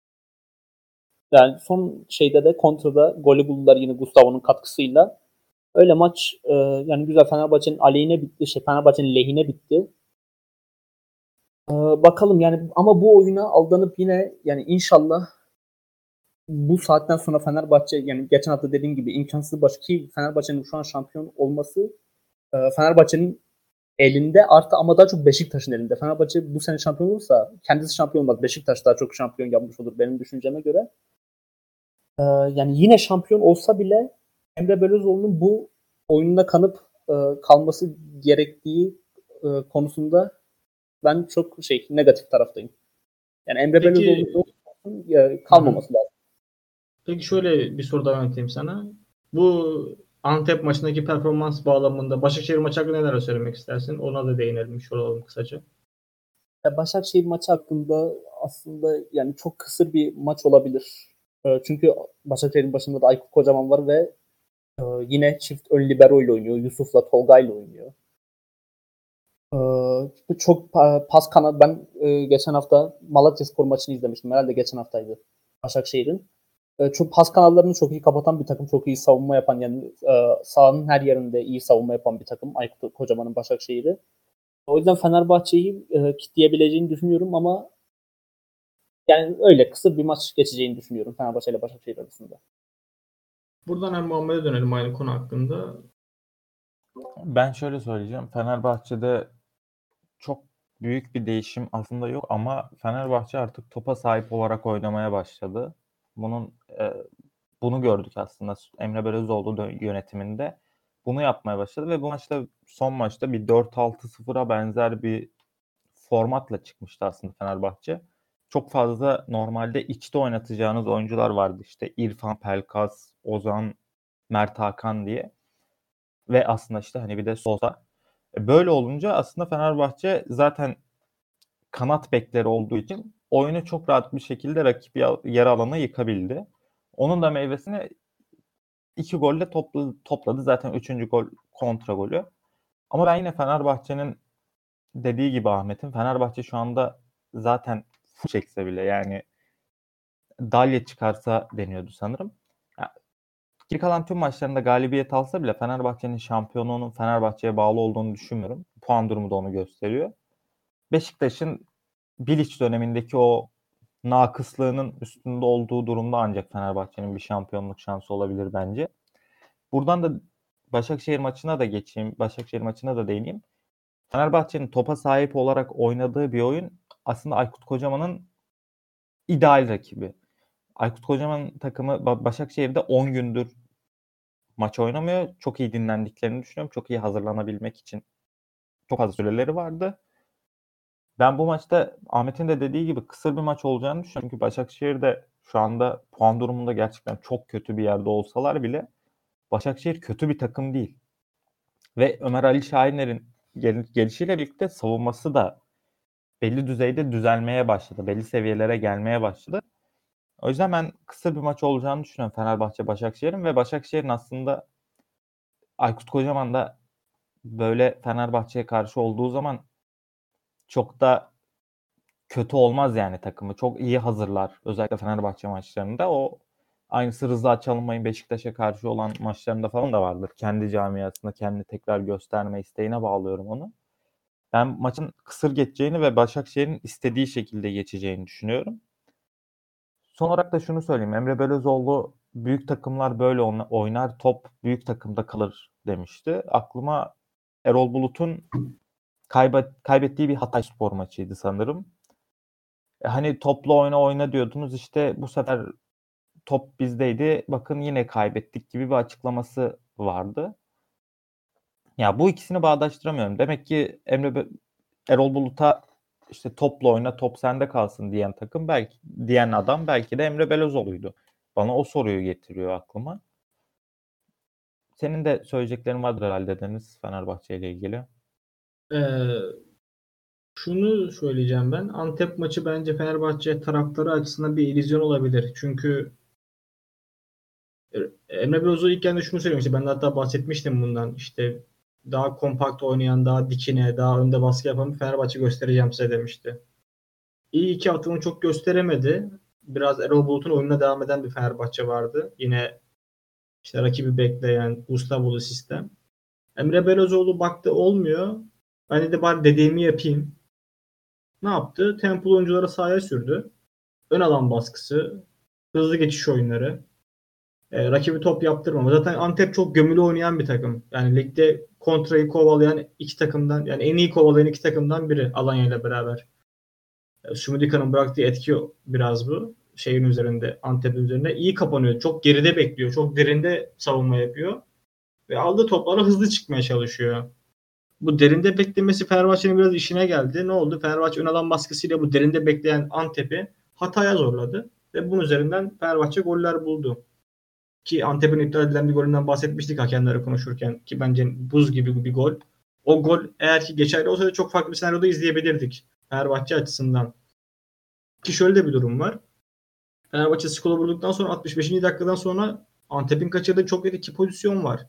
Yani son şeyde de kontrada golü buldular yine Gustavo'nun katkısıyla. Öyle maç e, yani güzel, Fenerbahçe'nin aleyhine bitti. Şey, Fenerbahçe'nin lehine bitti. E, bakalım yani, ama bu oyuna aldanıp yine, yani inşallah bu saatten sonra Fenerbahçe, yani geçen hafta dediğim gibi imkansız baş ki Fenerbahçe'nin şu an şampiyon olması e, Fenerbahçe'nin elinde, artı ama daha çok Beşiktaş'ın elinde. Fenerbahçe bu sene şampiyon olursa kendisi şampiyon olmaz. Beşiktaş daha çok şampiyon yapmış olur benim düşünceme göre. E, yani yine şampiyon olsa bile Emre Belözoğlu'nun bu oyununa kanıp e, kalması gerektiği e, konusunda ben çok şey negatif taraftayım. Yani Emre Peki, Belözoğlu'nun e, hı hı. kalmaması lazım. Peki şöyle bir soru daha yönelteyim sana. Bu Antep maçındaki performans bağlamında Başakşehir maçı hakkında neler söylemek istersin? Ona da değinelim, olalım kısaca. Ya Başakşehir maçı hakkında aslında yani çok kısır bir maç olabilir. E, çünkü Başakşehir'in başında da Aykut Kocaman var ve e, yine çift ön libero ile oynuyor. Yusuf'la Tolga ile oynuyor. E, çok pa- pas kanat. Ben e, geçen hafta Malatyaspor maçını izlemiştim. Herhalde geçen haftaydı Başakşehir'in. E, çok pas kanallarını çok iyi kapatan bir takım. Çok iyi savunma yapan, yani e, sahanın her yerinde iyi savunma yapan bir takım. Aykut Kocaman'ın Başakşehir'i. O yüzden Fenerbahçe'yi e, kitleyebileceğini düşünüyorum ama yani öyle kısır bir maç geçeceğini düşünüyorum Fenerbahçe ile Başakşehir arasında. Buradan hem Muhammed'e dönelim aynı konu hakkında. Ben şöyle söyleyeceğim. Fenerbahçe'de çok büyük bir değişim aslında yok ama Fenerbahçe artık topa sahip olarak oynamaya başladı. Bunun e, bunu gördük aslında Emre Belözoğlu yönetiminde. Bunu yapmaya başladı ve bu maçta, son maçta bir dört altı sıfıra benzer bir formatla çıkmıştı aslında Fenerbahçe. Çok fazla normalde içte oynatacağınız oyuncular vardı. İşte İrfan, Pelkas, Ozan, Mert Hakan diye. Ve aslında işte hani bir de Sosa. Böyle olunca aslında Fenerbahçe zaten kanat bekleri olduğu için oyunu çok rahat bir şekilde rakip yer alana yıkabildi. Onun da meyvesini iki golle topladı, topladı. Zaten üçüncü gol kontra golü. Ama ben yine Fenerbahçe'nin dediği gibi Ahmet'in, Fenerbahçe şu anda zaten çekse bile, yani Dalya çıkarsa deniyordu sanırım. Yani geri kalan tüm maçlarında galibiyet alsa bile Fenerbahçe'nin şampiyonluğunun Fenerbahçe'ye bağlı olduğunu düşünmüyorum. Puan durumu da onu gösteriyor. Beşiktaş'ın Bilic dönemindeki o nakıslığının üstünde olduğu durumda ancak Fenerbahçe'nin bir şampiyonluk şansı olabilir bence. Buradan da Başakşehir maçına da geçeyim. Başakşehir maçına da değineyim. Fenerbahçe'nin topa sahip olarak oynadığı bir oyun aslında Aykut Kocaman'ın ideal rakibi. Aykut Kocaman takımı Başakşehir'de on gündür maç oynamıyor. Çok iyi dinlendiklerini düşünüyorum. Çok iyi hazırlanabilmek için çok fazla süreleri vardı. Ben bu maçta Ahmet'in de dediği gibi kısır bir maç olacağını düşünüyorum. Çünkü Başakşehir de şu anda puan durumunda gerçekten çok kötü bir yerde olsalar bile Başakşehir kötü bir takım değil. Ve Ömer Ali Şahiner'in gel- gelişiyle birlikte savunması da belli düzeyde düzelmeye başladı. Belli seviyelere gelmeye başladı. O yüzden ben kısa bir maç olacağını düşünüyorum Fenerbahçe Başakşehir'in ve Başakşehir'in aslında Aykut Kocaman da böyle Fenerbahçe'ye karşı olduğu zaman çok da kötü olmaz yani takımı. Çok iyi hazırlar. Özellikle Fenerbahçe maçlarında. O aynısı Rıza Çalınbay'ın Beşiktaş'a karşı olan maçlarında falan da vardır. Kendi camiasında kendini tekrar gösterme isteğine bağlıyorum onu. Ben maçın kısır geçeceğini ve Başakşehir'in istediği şekilde geçeceğini düşünüyorum. Son olarak da şunu söyleyeyim. Emre Belözoğlu büyük takımlar böyle oynar, top büyük takımda kalır demişti. Aklıma Erol Bulut'un kaybet, kaybettiği bir Hatayspor maçıydı sanırım. E, hani toplu oyna oyna diyordunuz, işte bu sefer top bizdeydi, bakın yine kaybettik gibi bir açıklaması vardı. Ya bu ikisini bağdaştıramıyorum. Demek ki Emre Be- Erol Bulut'a işte topla oyna, top sende kalsın diyen takım belki diyen adam belki de Emre Belözoğlu'ydu. Bana o soruyu getiriyor aklıma. Senin de söyleyeceklerin vardır herhalde Deniz, Fenerbahçe ile ilgili. Ee, Şunu söyleyeceğim ben. Antep maçı bence Fenerbahçe taraftarı açısından bir illüzyon olabilir. Çünkü Emre Belözoğlu ilk geldiğinde şunu söylemişti. Ben de hatta bahsetmiştim bundan. İşte daha kompakt oynayan, daha dikine, daha önde baskı yapan bir Fenerbahçe göstereceğim size demişti. İyi iki haftanı çok gösteremedi. Biraz Erol Bulut'un oyununa devam eden bir Fenerbahçe vardı. Yine işte rakibi bekleyen Gustavo'lu sistem. Emre Belözoğlu baktı olmuyor. Ben de bari dediğimi yapayım. Ne yaptı? Tempolu oyuncuları sahaya sürdü. Ön alan baskısı, hızlı geçiş oyunları. E, rakibi top yaptırmama. Zaten Antep çok gömülü oynayan bir takım. Yani ligde kontrayı kovalayan iki takımdan, yani en iyi kovalayan iki takımdan biri Alanya ile beraber. E, Sumudika'nın bıraktığı etki biraz bu. Şeyin üzerinde, Antep'in üzerinde. İyi kapanıyor. Çok geride bekliyor. Çok derinde savunma yapıyor. Ve aldığı toplara hızlı çıkmaya çalışıyor. Bu derinde beklemesi Fenerbahçe'nin biraz işine geldi. Ne oldu? Fenerbahçe ön alan baskısıyla bu derinde bekleyen Antep'i hataya zorladı. Ve bunun üzerinden Fenerbahçe goller buldu. Ki Antep'in iptal edilen bir golünden bahsetmiştik hakemlere konuşurken. Ki bence buz gibi bir gol. O gol eğer ki geçerli olsaydı çok farklı bir senaryoda izleyebilirdik. Fenerbahçe açısından. Ki şöyle de bir durum var. Fenerbahçe skoru vurduktan sonra altmış beşinci dakikadan sonra Antep'in kaçırdığı çok net iki pozisyon var.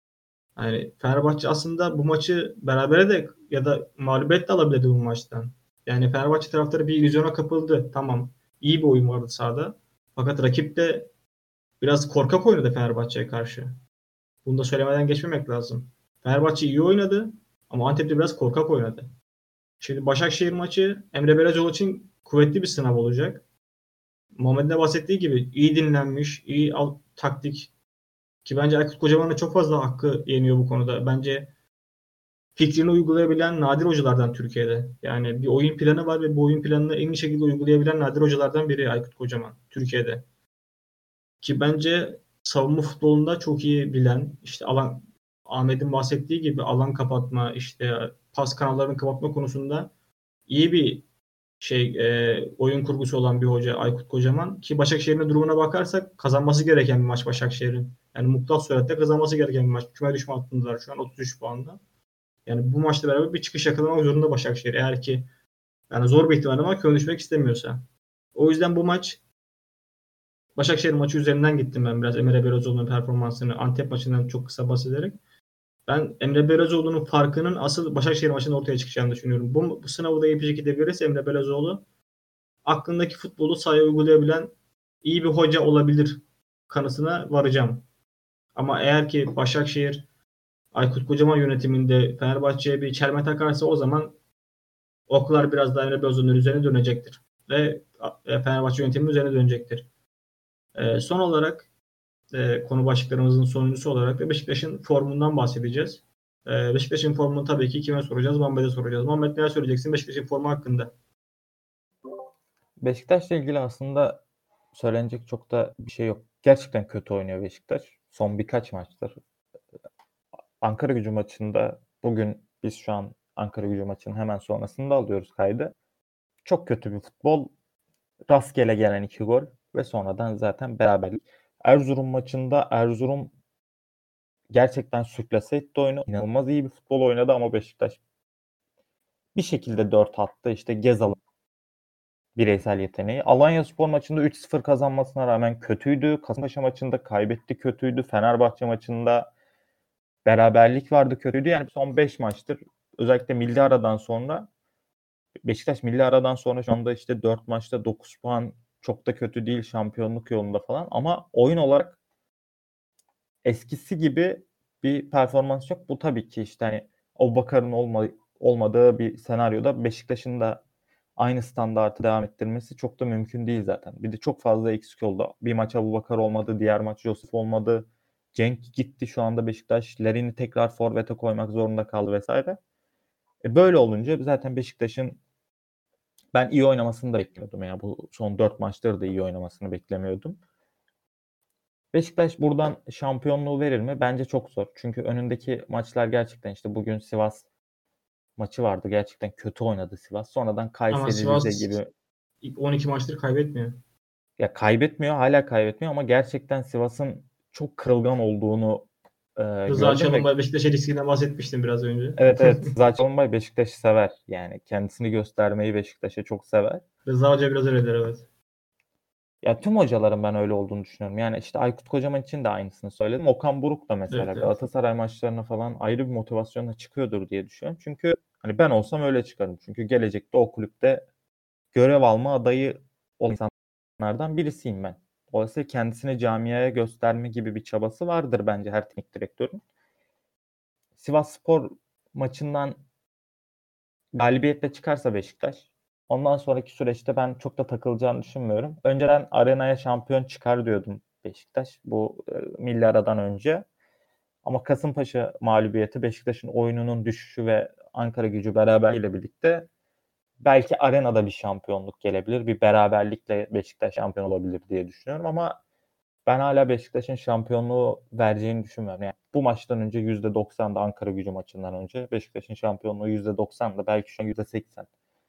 Yani Fenerbahçe aslında bu maçı berabere de ya da mağlubiyet de alabilirdi bu maçtan. Yani Fenerbahçe taraftarı bir illüzyona kapıldı. Tamam. İyi bir oyun vardı sahada. Fakat rakip de biraz korkak oynadı Fenerbahçe'ye karşı. Bunu da söylemeden geçmemek lazım. Fenerbahçe iyi oynadı ama Antep'te biraz korkak oynadı. Şimdi Başakşehir maçı Emre Belözoğlu için kuvvetli bir sınav olacak. Muhammed'in de bahsettiği gibi iyi dinlenmiş, iyi alt, taktik ki bence Aykut Kocaman'ın çok fazla hakkı yeniyor bu konuda. Bence fikrini uygulayabilen nadir hocalardan Türkiye'de. Yani bir oyun planı var ve bu oyun planını en iyi şekilde uygulayabilen nadir hocalardan biri Aykut Kocaman Türkiye'de. Ki bence savunma futbolunda çok iyi bilen, işte alan Ahmet'in bahsettiği gibi alan kapatma, işte pas kanallarını kapatma konusunda iyi bir şey e, oyun kurgusu olan bir hoca Aykut Kocaman. Ki Başakşehir'in durumuna bakarsak kazanması gereken bir maç Başakşehir'in. Yani mutlak surette kazanması gereken bir maç. Küme düşme hattındalar şu an otuz üç puanda. Yani bu maçla beraber bir çıkış yakalamak zorunda Başakşehir. Eğer ki yani zor bir ihtimal ama küme düşmek istemiyorsa. O yüzden bu maç Başakşehir maçı üzerinden gittim ben biraz Emre Belözoğlu'nun performansını Antep maçından çok kısa bahsederek. Ben Emre Belözoğlu'nun farkının asıl Başakşehir maçında ortaya çıkacağını düşünüyorum. Bu, bu sınavı da iyi bir şekilde verirse Emre Belözoğlu aklındaki futbolu sahaya uygulayabilen iyi bir hoca olabilir kanısına varacağım. Ama eğer ki Başakşehir Aykut Kocaman yönetiminde Fenerbahçe'ye bir çelme takarsa o zaman oklar biraz daha Emre Belözoğlu'nun üzerine dönecektir. Ve Fenerbahçe yönetiminin üzerine dönecektir. E, son olarak e, konu başlıklarımızın sonuncusu olarak da Beşiktaş'ın formundan bahsedeceğiz. E, Beşiktaş'ın formunu tabii ki kime soracağız? Muhammed'e soracağız. Muhammed neler söyleyeceksin Beşiktaş'ın formu hakkında? Beşiktaş'la ilgili aslında söylenecek çok da bir şey yok. Gerçekten kötü oynuyor Beşiktaş. Son birkaç maçtır. Ankara Gücü maçında bugün biz şu an Ankara Gücü maçının hemen sonrasında alıyoruz kaydı. Çok kötü bir futbol. Rastgele gelen iki gol ve sonradan zaten beraberlik. Erzurum maçında Erzurum gerçekten sürklase etti oyunu. İnanılmaz iyi bir futbol oynadı ama Beşiktaş bir şekilde dört attı. İşte Gezal'ın bireysel yeteneği. Alanyaspor maçında üç sıfır kazanmasına rağmen kötüydü. Kasımpaşa maçında kaybetti, kötüydü. Fenerbahçe maçında beraberlik vardı, kötüydü. Yani son beş maçtır özellikle milli aradan sonra Beşiktaş milli aradan sonra şu anda işte dört maçta dokuz puan, çok da kötü değil, şampiyonluk yolunda falan ama oyun olarak eskisi gibi bir performans yok. Bu tabii ki işte hani Abubakar'ın olma, olmadığı bir senaryoda Beşiktaş'ın da aynı standartı devam ettirmesi çok da mümkün değil zaten. Bir de çok fazla eksik oldu. Bir maç Abubakar olmadı, diğer maç Josef olmadı. Cenk gitti, şu anda Beşiktaş Larin'i tekrar forvete koymak zorunda kaldı vesaire. E böyle olunca zaten Beşiktaş'ın ben iyi oynamasını da beklemiyordum. Yani bu son dört maçları da iyi oynamasını beklemiyordum. Beşiktaş buradan şampiyonluğu verir mi? Bence çok zor. Çünkü önündeki maçlar gerçekten işte bugün Sivas maçı vardı. Gerçekten kötü oynadı Sivas. Sonradan Ama Kayseri, Rize Sivas gibi ilk on iki maçtır kaybetmiyor. ya kaybetmiyor, hala kaybetmiyor ama gerçekten Sivas'ın çok kırılgan olduğunu e, Rıza gördüm ve Çalınbay Beşiktaş'a riskinden bahsetmiştim biraz önce. evet evet Rıza Çalınbay Beşiktaş'ı sever. Yani kendisini göstermeyi Beşiktaş'a çok sever. Rıza Hoca biraz öyle der, evet. Ya tüm hocaların ben öyle olduğunu düşünüyorum. Yani işte Aykut Kocaman için de aynısını söyledim. Okan Buruk da mesela Evet, evet. Galatasaray maçlarına falan ayrı bir motivasyonla çıkıyordur diye düşünüyorum. Çünkü hani ben olsam öyle çıkarım. Çünkü gelecekte o kulüpte görev alma adayı olan insanlardan birisiyim ben. Dolayısıyla kendisini camiaya gösterme gibi bir çabası vardır bence her teknik direktörün. Sivasspor maçından galibiyetle çıkarsa Beşiktaş, ondan sonraki süreçte ben çok da takılacağını düşünmüyorum. Önceden arenaya şampiyon çıkar diyordum Beşiktaş bu e, milli aradan önce. Ama Kasımpaşa mağlubiyeti, Beşiktaş'ın oyununun düşüşü ve Ankaragücü beraberliğiyle birlikte belki arenada bir şampiyonluk gelebilir. Bir beraberlikle Beşiktaş şampiyon olabilir diye düşünüyorum ama ben hala Beşiktaş'ın şampiyonluğu vereceğini düşünmüyorum. Yani bu maçtan önce yüzde doksandı, Ankaragücü maçından önce Beşiktaş'ın şampiyonluğu yüzde doksandı. Belki şu an yüzde seksen.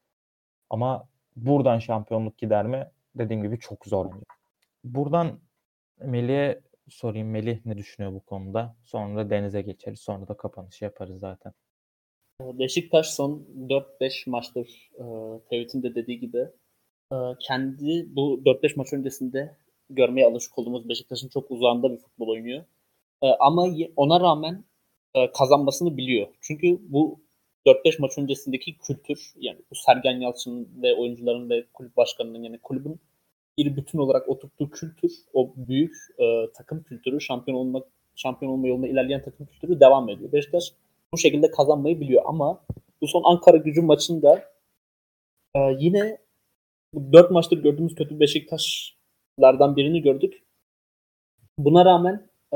Ama buradan şampiyonluk gider mi? Dediğim gibi çok zor. Buradan Melih'e sorayım. Melih ne düşünüyor bu konuda? Sonra Deniz'e geçeriz. Sonra da kapanışı yaparız zaten. Beşiktaş son dört beş maçtır e, Tevhid'in de dediği gibi e, kendi bu dört beş maç öncesinde görmeye alışık olduğumuz Beşiktaş'ın çok uzağında bir futbol oynuyor. E, ama ona rağmen e, kazanmasını biliyor. Çünkü bu dört beş maç öncesindeki kültür, yani bu Sergen Yalçın ve oyuncuların ve kulüp başkanının, yani kulübün bir bütün olarak oturttuğu kültür, o büyük e, takım kültürü, şampiyon olmak şampiyon olma yolunda ilerleyen takım kültürü devam ediyor. Beşiktaş bu şekilde kazanmayı biliyor ama bu son Ankaragücü maçında e, yine dört maçtır gördüğümüz kötü Beşiktaşlardan birini gördük. Buna rağmen e,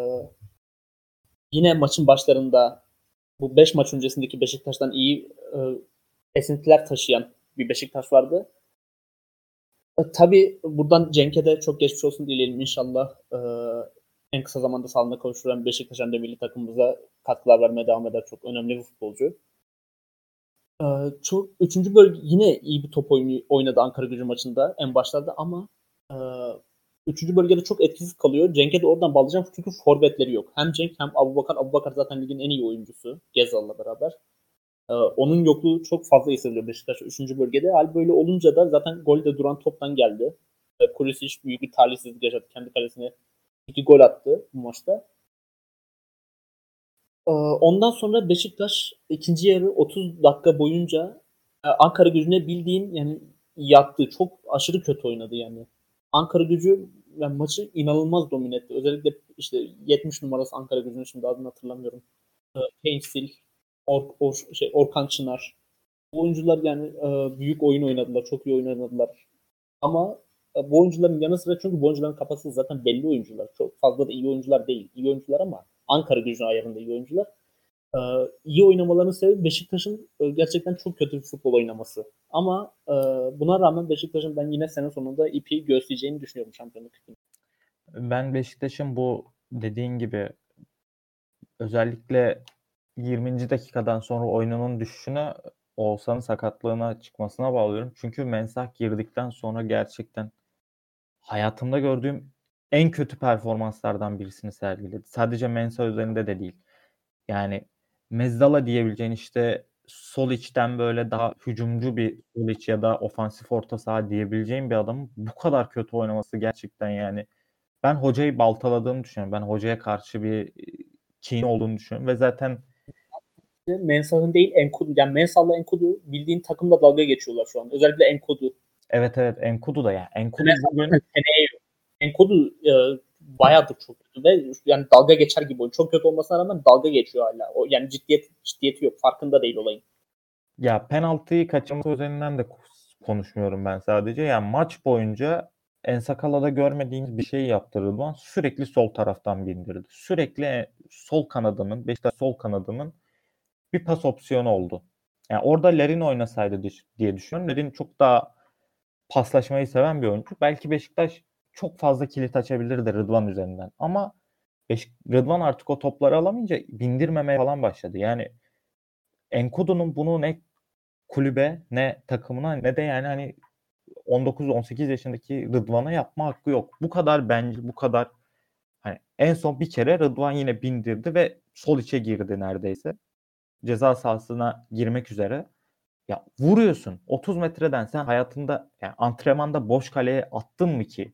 yine maçın başlarında bu beş maç öncesindeki Beşiktaş'tan iyi e, esintiler taşıyan bir Beşiktaş vardı. E, tabii buradan Cenk'e de çok geçmiş olsun dileyelim inşallah. E, en kısa zamanda sağlığına kavuşturan Beşiktaş hem de milli takımımıza katkılar vermeye devam eder. Çok önemli bir futbolcu. E, çok üçüncü bölge yine iyi bir top oyunu, oynadı Ankaragücü maçında en başlarda ama e, üçüncü bölgede çok etkisiz kalıyor. Cenk'e de oradan bağlayacağım çünkü forvetleri yok. Hem Cenk hem Abubakar. Abubakar zaten ligin en iyi oyuncusu Gezal'la beraber. Ee, onun yokluğu çok fazla hissediliyor Beşiktaş üçüncü bölgede. Hal böyle olunca da zaten golde duran toptan geldi. Ee, Kulisic büyük bir talihsizlik yaşadı. Kendi kalesine iki gol attı bu maçta. Ee, ondan sonra Beşiktaş ikinci yarı otuz dakika boyunca e, Ankaragücü'ne bildiğin yani yattı. Çok aşırı kötü oynadı yani. Ankaragücü yani maçı inanılmaz domine etti. Özellikle işte yetmiş numarası Ankaragücü'nün, şimdi adını hatırlamıyorum. Ee, Pencil, Or, Or, şey, Orkan Çınar. Bu oyuncular yani e, büyük oyun oynadılar. Çok iyi oynadılar. Ama e, bu oyuncuların yanı sıra, çünkü bu oyuncuların kapasitesi zaten belli oyuncular. Çok fazla da iyi oyuncular değil. İyi oyuncular ama Ankaragücü'nün ayarında iyi oyuncular. E, iyi oynamalarının sebebi Beşiktaş'ın e, gerçekten çok kötü bir futbol oynaması. Ama e, buna rağmen Beşiktaş'ın ben yine sene sonunda ipi göstereceğini düşünüyorum şampiyonluk için. Ben Beşiktaş'ın bu dediğin gibi özellikle yirminci dakikadan sonra oyununun düşüşünü Oğuzhan'ın sakatlığına çıkmasına bağlıyorum. Çünkü Mensah girdikten sonra gerçekten hayatımda gördüğüm en kötü performanslardan birisini sergiledi. Sadece Mensah üzerinde de değil. Yani Mezzala diyebileceğin işte sol içten böyle daha hücumcu bir sol iç ya da ofansif orta saha diyebileceğim bir adamın bu kadar kötü oynaması gerçekten yani ben hocayı baltaladığını düşünüyorum. Ben hocaya karşı bir kin olduğunu düşünüyorum ve zaten Mensah'ın değil Enkudu. Yani Mensah'la Enkudu bildiğin takımla dalga geçiyorlar şu an. Özellikle Enkudu. evet evet Enkudu da yani. Enkudu bugün seneye yok. Enkudu e, bayağıdır çok kötü ve yani dalga geçer gibi oyun. Çok kötü olmasına rağmen dalga geçiyor hala. O yani ciddiyet ciddiyeti yok. Farkında değil olayın. ya penaltıyı kaçırması üzerinden de konuşmuyorum ben sadece. Yani maç boyunca Ensakala'da görmediğimiz bir şey yaptı Rıdvan. Sürekli sol taraftan bindirdi. Sürekli sol kanadının, Beşiktaş sol kanadının bir pas opsiyonu oldu. Yani orada Larin oynasaydı diye düşünüyorum. Larin çok daha paslaşmayı seven bir oyuncu. Belki Beşiktaş çok fazla kilit açabilirdi Rıdvan üzerinden. Ama Beşik- Rıdvan artık o topları alamayınca bindirmemeye falan başladı. Yani Enkudu'nun bunu ne kulübe ne takımına ne de yani hani on dokuz on sekiz yaşındaki Rıdvan'a yapma hakkı yok. Bu kadar bence bu kadar hani en son bir kere Rıdvan yine bindirdi ve sol içe girdi neredeyse. Ceza sahasına girmek üzere. Ya vuruyorsun. otuz metreden sen hayatında yani antrenmanda boş kaleye attın mı ki?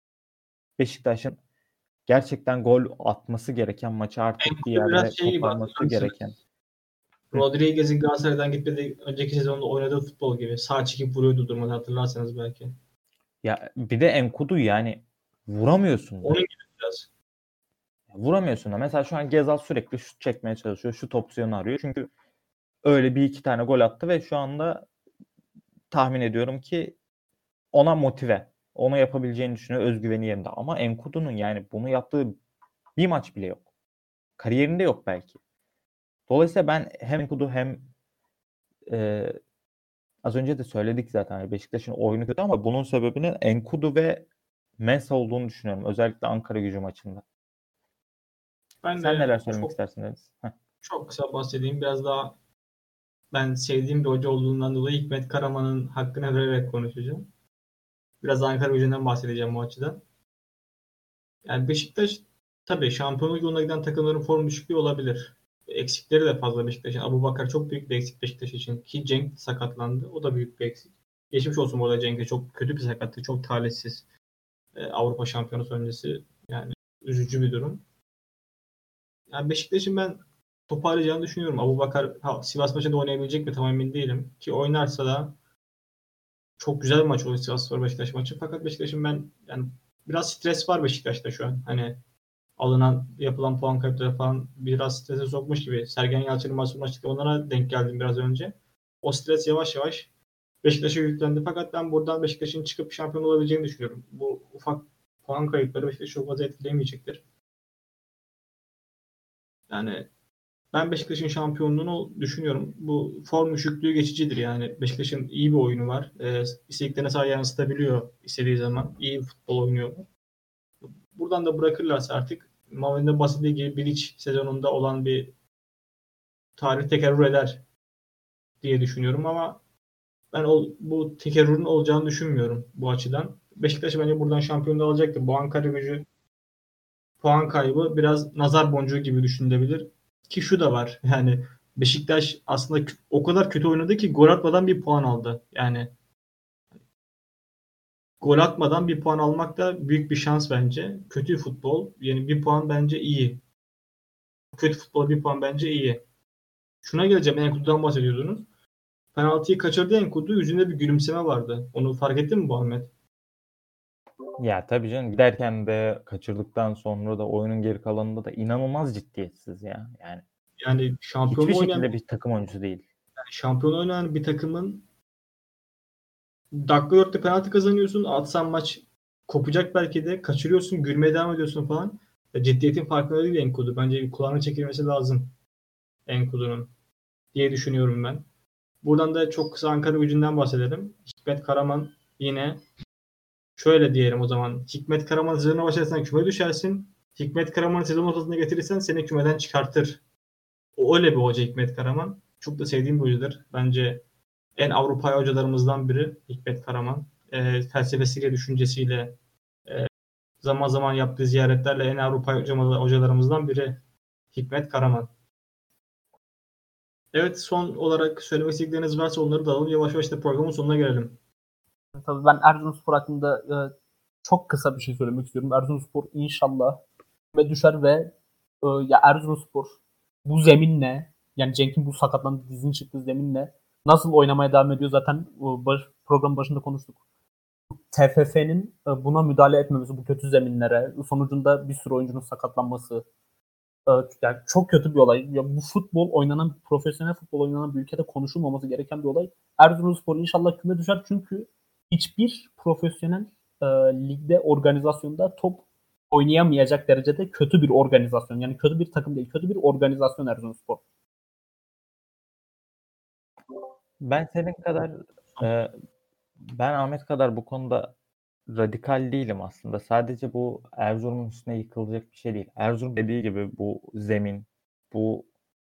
Beşiktaş'ın gerçekten gol atması gereken maçı artık bir Enkudu biraz yerde şey gibi koparması gereken. Rodriguez'in Galatasaray'dan gitmediği önceki sezonda oynadığı futbol gibi. Sağ çekip vuruyordu durmadan hatırlarsanız belki. Ya bir de Enkudu yani vuramıyorsun da. Onun gibi biraz. Vuramıyorsun da. Mesela şu an Gezal sürekli şut çekmeye çalışıyor. Şut opsiyonu arıyor. Çünkü öyle bir iki tane gol attı ve şu anda tahmin ediyorum ki ona motive. Onu yapabileceğini düşünüyor. Özgüveni yerinde. Ama Enkudu'nun yani bunu yaptığı bir maç bile yok. Kariyerinde yok belki. Dolayısıyla ben hem Enkudu hem e, az önce de söyledik zaten Beşiktaş'ın oyunu kötü ama bunun sebebinin Enkudu ve Mensah olduğunu düşünüyorum. Özellikle Ankara Gücü maçında. Ben Sen de neler söylemek çok istersin Deniz? Heh. çok kısa bahsedeyim. Biraz daha ben sevdiğim bir hoca olduğundan dolayı Hikmet Karaman'ın hakkını vererek konuşacağım. Biraz Ankara Gücü'nden bahsedeceğim bu açıdan. Yani Beşiktaş tabii şampiyonluk yoluna giden takımların form düşüklüğü olabilir. Eksikleri de fazla Beşiktaş'ın. Abubakar çok büyük bir eksik Beşiktaş için. Ki Cenk sakatlandı. O da büyük bir eksik. Geçmiş olsun bu arada Cenk'e. Çok kötü bir sakatlık. Çok talihsiz. Ee, Avrupa Şampiyonası öncesi. Yani üzücü bir durum. Yani Beşiktaş'ın ben toparlayacağını düşünüyorum. Abubakar ha, Sivas maçında oynayabilecek mi tam emin değilim. Ki oynarsa da çok güzel bir maç olur Sivasspor Beşiktaş maçı. Fakat Beşiktaş'ın ben yani biraz stres var Beşiktaş'ta şu an. Hani alınan yapılan puan kayıpları falan biraz strese sokmuş gibi. Sergen Yalçın'ın maçı maçlıkta onlara denk geldim biraz önce. O stres yavaş yavaş Beşiktaş'a yüklendi. Fakat ben buradan Beşiktaş'ın çıkıp şampiyon olabileceğini düşünüyorum. Bu ufak puan kayıpları Beşiktaş'ı çok fazla etkilemeyecektir. Yani ben Beşiktaş'ın şampiyonluğunu düşünüyorum. Bu form düşüklüğü geçicidir yani. Beşiktaş'ın iyi bir oyunu var. E, istediklerine sahaya yansıtabiliyor istediği zaman. İyi bir futbol oynuyor. Buradan da bırakırlarsa artık Mavinde bahsettiği gibi Bilic sezonunda olan bir tarih tekerrür eder diye düşünüyorum ama ben o, bu tekerrürün olacağını düşünmüyorum bu açıdan. Beşiktaş bence buradan şampiyonluğu alacaktır. Bu Ankara Gücü puan kaybı biraz nazar boncuğu gibi düşünülebilir. Ki şu da var yani Beşiktaş aslında o kadar kötü oynadı ki gol atmadan bir puan aldı. Yani gol atmadan bir puan almak da büyük bir şans bence. Kötü futbol. Yani bir puan bence iyi. Kötü futbol bir puan bence iyi. Şuna geleceğim. Enkudu'dan bahsediyordunuz. Penaltıyı kaçırdı Enkudu. Yüzünde bir gülümseme vardı. Onu fark ettin mi Muhammed? Ya tabii canım giderken de kaçırdıktan sonra da oyunun geri kalanında da inanılmaz ciddiyetsiz ya. Yani Yani şampiyonluğu hiçbir oynayan şekilde bir takım oyuncusu değil. yani şampiyonluğu oynayan bir takımın dakika dörtte penaltı kazanıyorsun. Atsan maç kopacak belki de. Kaçırıyorsun. Gülmeye devam ediyorsun falan. Ya ciddiyetin farkında değil Enkudu. Bence bir kulağına çekilmesi lazım Enkudu'nun diye düşünüyorum ben. Buradan da çok kısa Ankara Gücü'nden bahsedelim. Hikmet Karaman yine şöyle diyelim o zaman. Hikmet Karaman sezonuna başlarsan küme düşersin. Hikmet Karaman'ı sezon ortasına getirirsen seni kümeden çıkartır. O öyle bir hoca Hikmet Karaman. Çok da sevdiğim bir hocadır. Bence en Avrupa hocalarımızdan biri Hikmet Karaman. E, felsefesiyle, düşüncesiyle, e, zaman zaman yaptığı ziyaretlerle en Avrupa hocalarımızdan biri Hikmet Karaman. Evet, son olarak söylemek istedikleriniz varsa onları da alalım. Yavaş yavaş da programın sonuna gelelim. Tabii ben Erzurumspor hakkında e, çok kısa bir şey söylemek istiyorum. Erzurumspor inşallah ve düşer ve e, ya Erzurumspor bu zeminle, yani Cenk'in bu sakatlandığı dizinin çıktığı zeminle nasıl oynamaya devam ediyor zaten baş, program başında konuştuk. T F F'nin e, buna müdahale etmemesi, bu kötü zeminlere, sonucunda bir sürü oyuncunun sakatlanması, e, yani çok kötü bir olay. Ya bu futbol oynanan, profesyonel futbol oynanan bir ülkede konuşulmaması gereken bir olay. Erzurumspor inşallah küme düşer çünkü hiçbir profesyonel e, ligde, organizasyonda top oynayamayacak derecede kötü bir organizasyon. Yani kötü bir takım değil, kötü bir organizasyon Erzurumspor. Ben senin kadar e, ben Ahmet kadar bu konuda radikal değilim aslında. Sadece bu Erzurum'un üstüne yıkılacak bir şey değil. Erzurum dediği gibi bu zemin, bu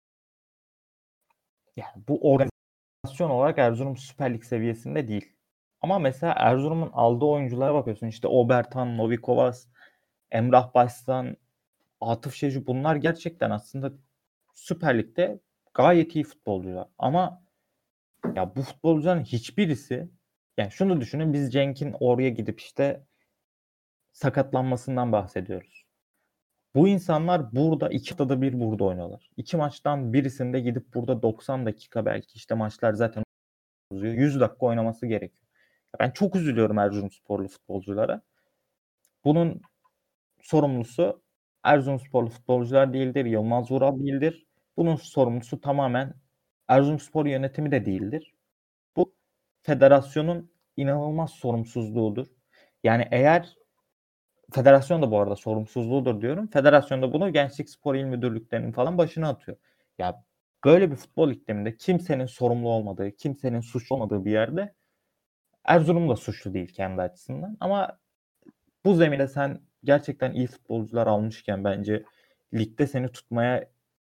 yani bu organizasyon olarak Erzurum Süper Lig seviyesinde değil. Ama mesela Erzurum'un aldığı oyunculara bakıyorsun. İşte Obertan, Novikovas, Emrah Başsan, Atıf Şecu, bunlar gerçekten aslında Süper Lig'de gayet iyi futbolcular. Ama ya bu futbolcuların hiçbirisi, yani şunu düşünün, biz Cenk'in oraya gidip işte sakatlanmasından bahsediyoruz. Bu insanlar burada iki haftada bir burada oynuyorlar. İki maçtan birisinde gidip burada doksan dakika, belki işte maçlar zaten uzuyor, yüz dakika oynaması gerekiyor. Ben çok üzülüyorum Erzurumsporlu futbolculara. Bunun sorumlusu Erzurumsporlu futbolcular değildir, Yılmaz Vural değildir. Bunun sorumlusu tamamen Erzurumspor yönetimi de değildir. Bu federasyonun inanılmaz sorumsuzluğudur. Yani eğer federasyon da bu arada sorumsuzluğudur diyorum. Federasyon da bunu Gençlik Spor İl Müdürlüklerinin falan başına atıyor. Ya böyle bir futbol ikliminde kimsenin sorumlu olmadığı, kimsenin suçlu olmadığı bir yerde Erzurum da suçlu değil kendi açısından. Ama bu zeminde sen gerçekten iyi futbolcular almışken, bence ligde seni tutmaya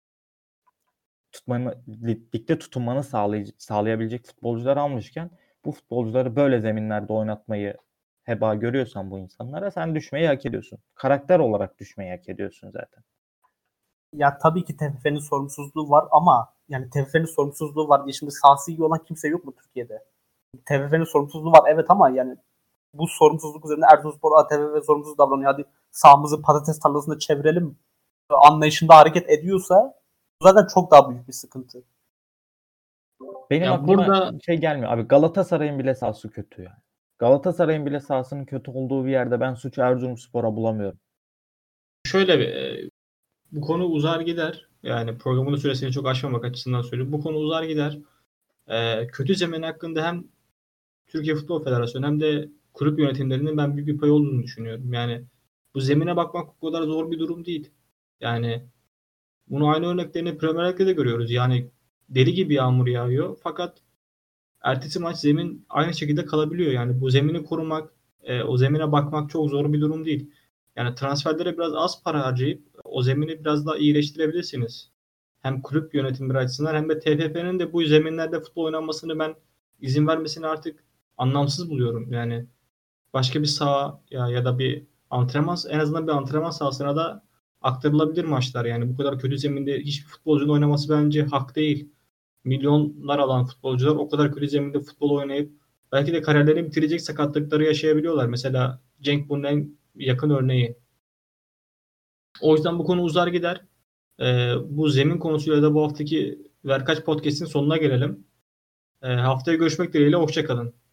tutmanı ligde tutunmanı sağlay- sağlayabilecek futbolcular almışken bu futbolcuları böyle zeminlerde oynatmayı heba görüyorsan bu insanlara, sen düşmeyi hak ediyorsun. Karakter olarak düşmeyi hak ediyorsun zaten. Ya tabii ki T F F'nin sorumsuzluğu var ama yani T F F'nin sorumsuzluğu var diye şimdi sahası iyi olan kimse yok mu Türkiye'de? T F F'nin sorumsuzluğu var evet ama yani bu sorumsuzluk üzerine Erzurumspor T F F sorumsuz davranıyor. Hadi sahamızı patates tarlasında çevirelim anlayışında hareket ediyorsa zaten çok daha büyük bir sıkıntı. Benim Ya aklıma burada şey gelmiyor. Abi Galatasaray'ın bile sahası kötü yani. Galatasaray'ın bile sahasının kötü olduğu bir yerde ben suçu Erzurumspor'a bulamıyorum. şöyle bir e, bu konu uzar gider. Yani programın süresini çok aşmamak açısından söylüyorum. Bu konu uzar gider. E, kötü zemin hakkında hem Türkiye Futbol Federasyonu hem de kulüp yönetimlerinin ben büyük bir pay olduğunu düşünüyorum. Yani bu zemine bakmak bu kadar zor bir durum değil. Yani bunu aynı örneklerini Premier Lig'de de görüyoruz. Yani deli gibi yağmur yağıyor. Fakat ertesi maç zemin aynı şekilde kalabiliyor. Yani bu zemini korumak, e, o zemine bakmak çok zor bir durum değil. Yani transferlere biraz az para harcayıp o zemini biraz daha iyileştirebilirsiniz. Hem kulüp yönetimleri açısından hem de T F F'nin de bu zeminlerde futbol oynanmasını ben izin vermesini artık anlamsız buluyorum. Yani başka bir saha ya, ya da bir antrenman, en azından bir antrenman sahasına da aktarılabilir maçlar. Yani bu kadar kötü zeminde hiçbir futbolcunun oynaması bence hak değil. Milyonlar alan futbolcular o kadar kötü zeminde futbol oynayıp belki de kariyerlerini bitirecek sakatlıkları yaşayabiliyorlar. Mesela Cenk bunun en yakın örneği. O yüzden bu konu uzar gider. Ee, bu zemin konusuyla da bu haftaki Verkaç Podcast'in sonuna gelelim. Ee, haftaya görüşmek dileğiyle. Hoşça kalın.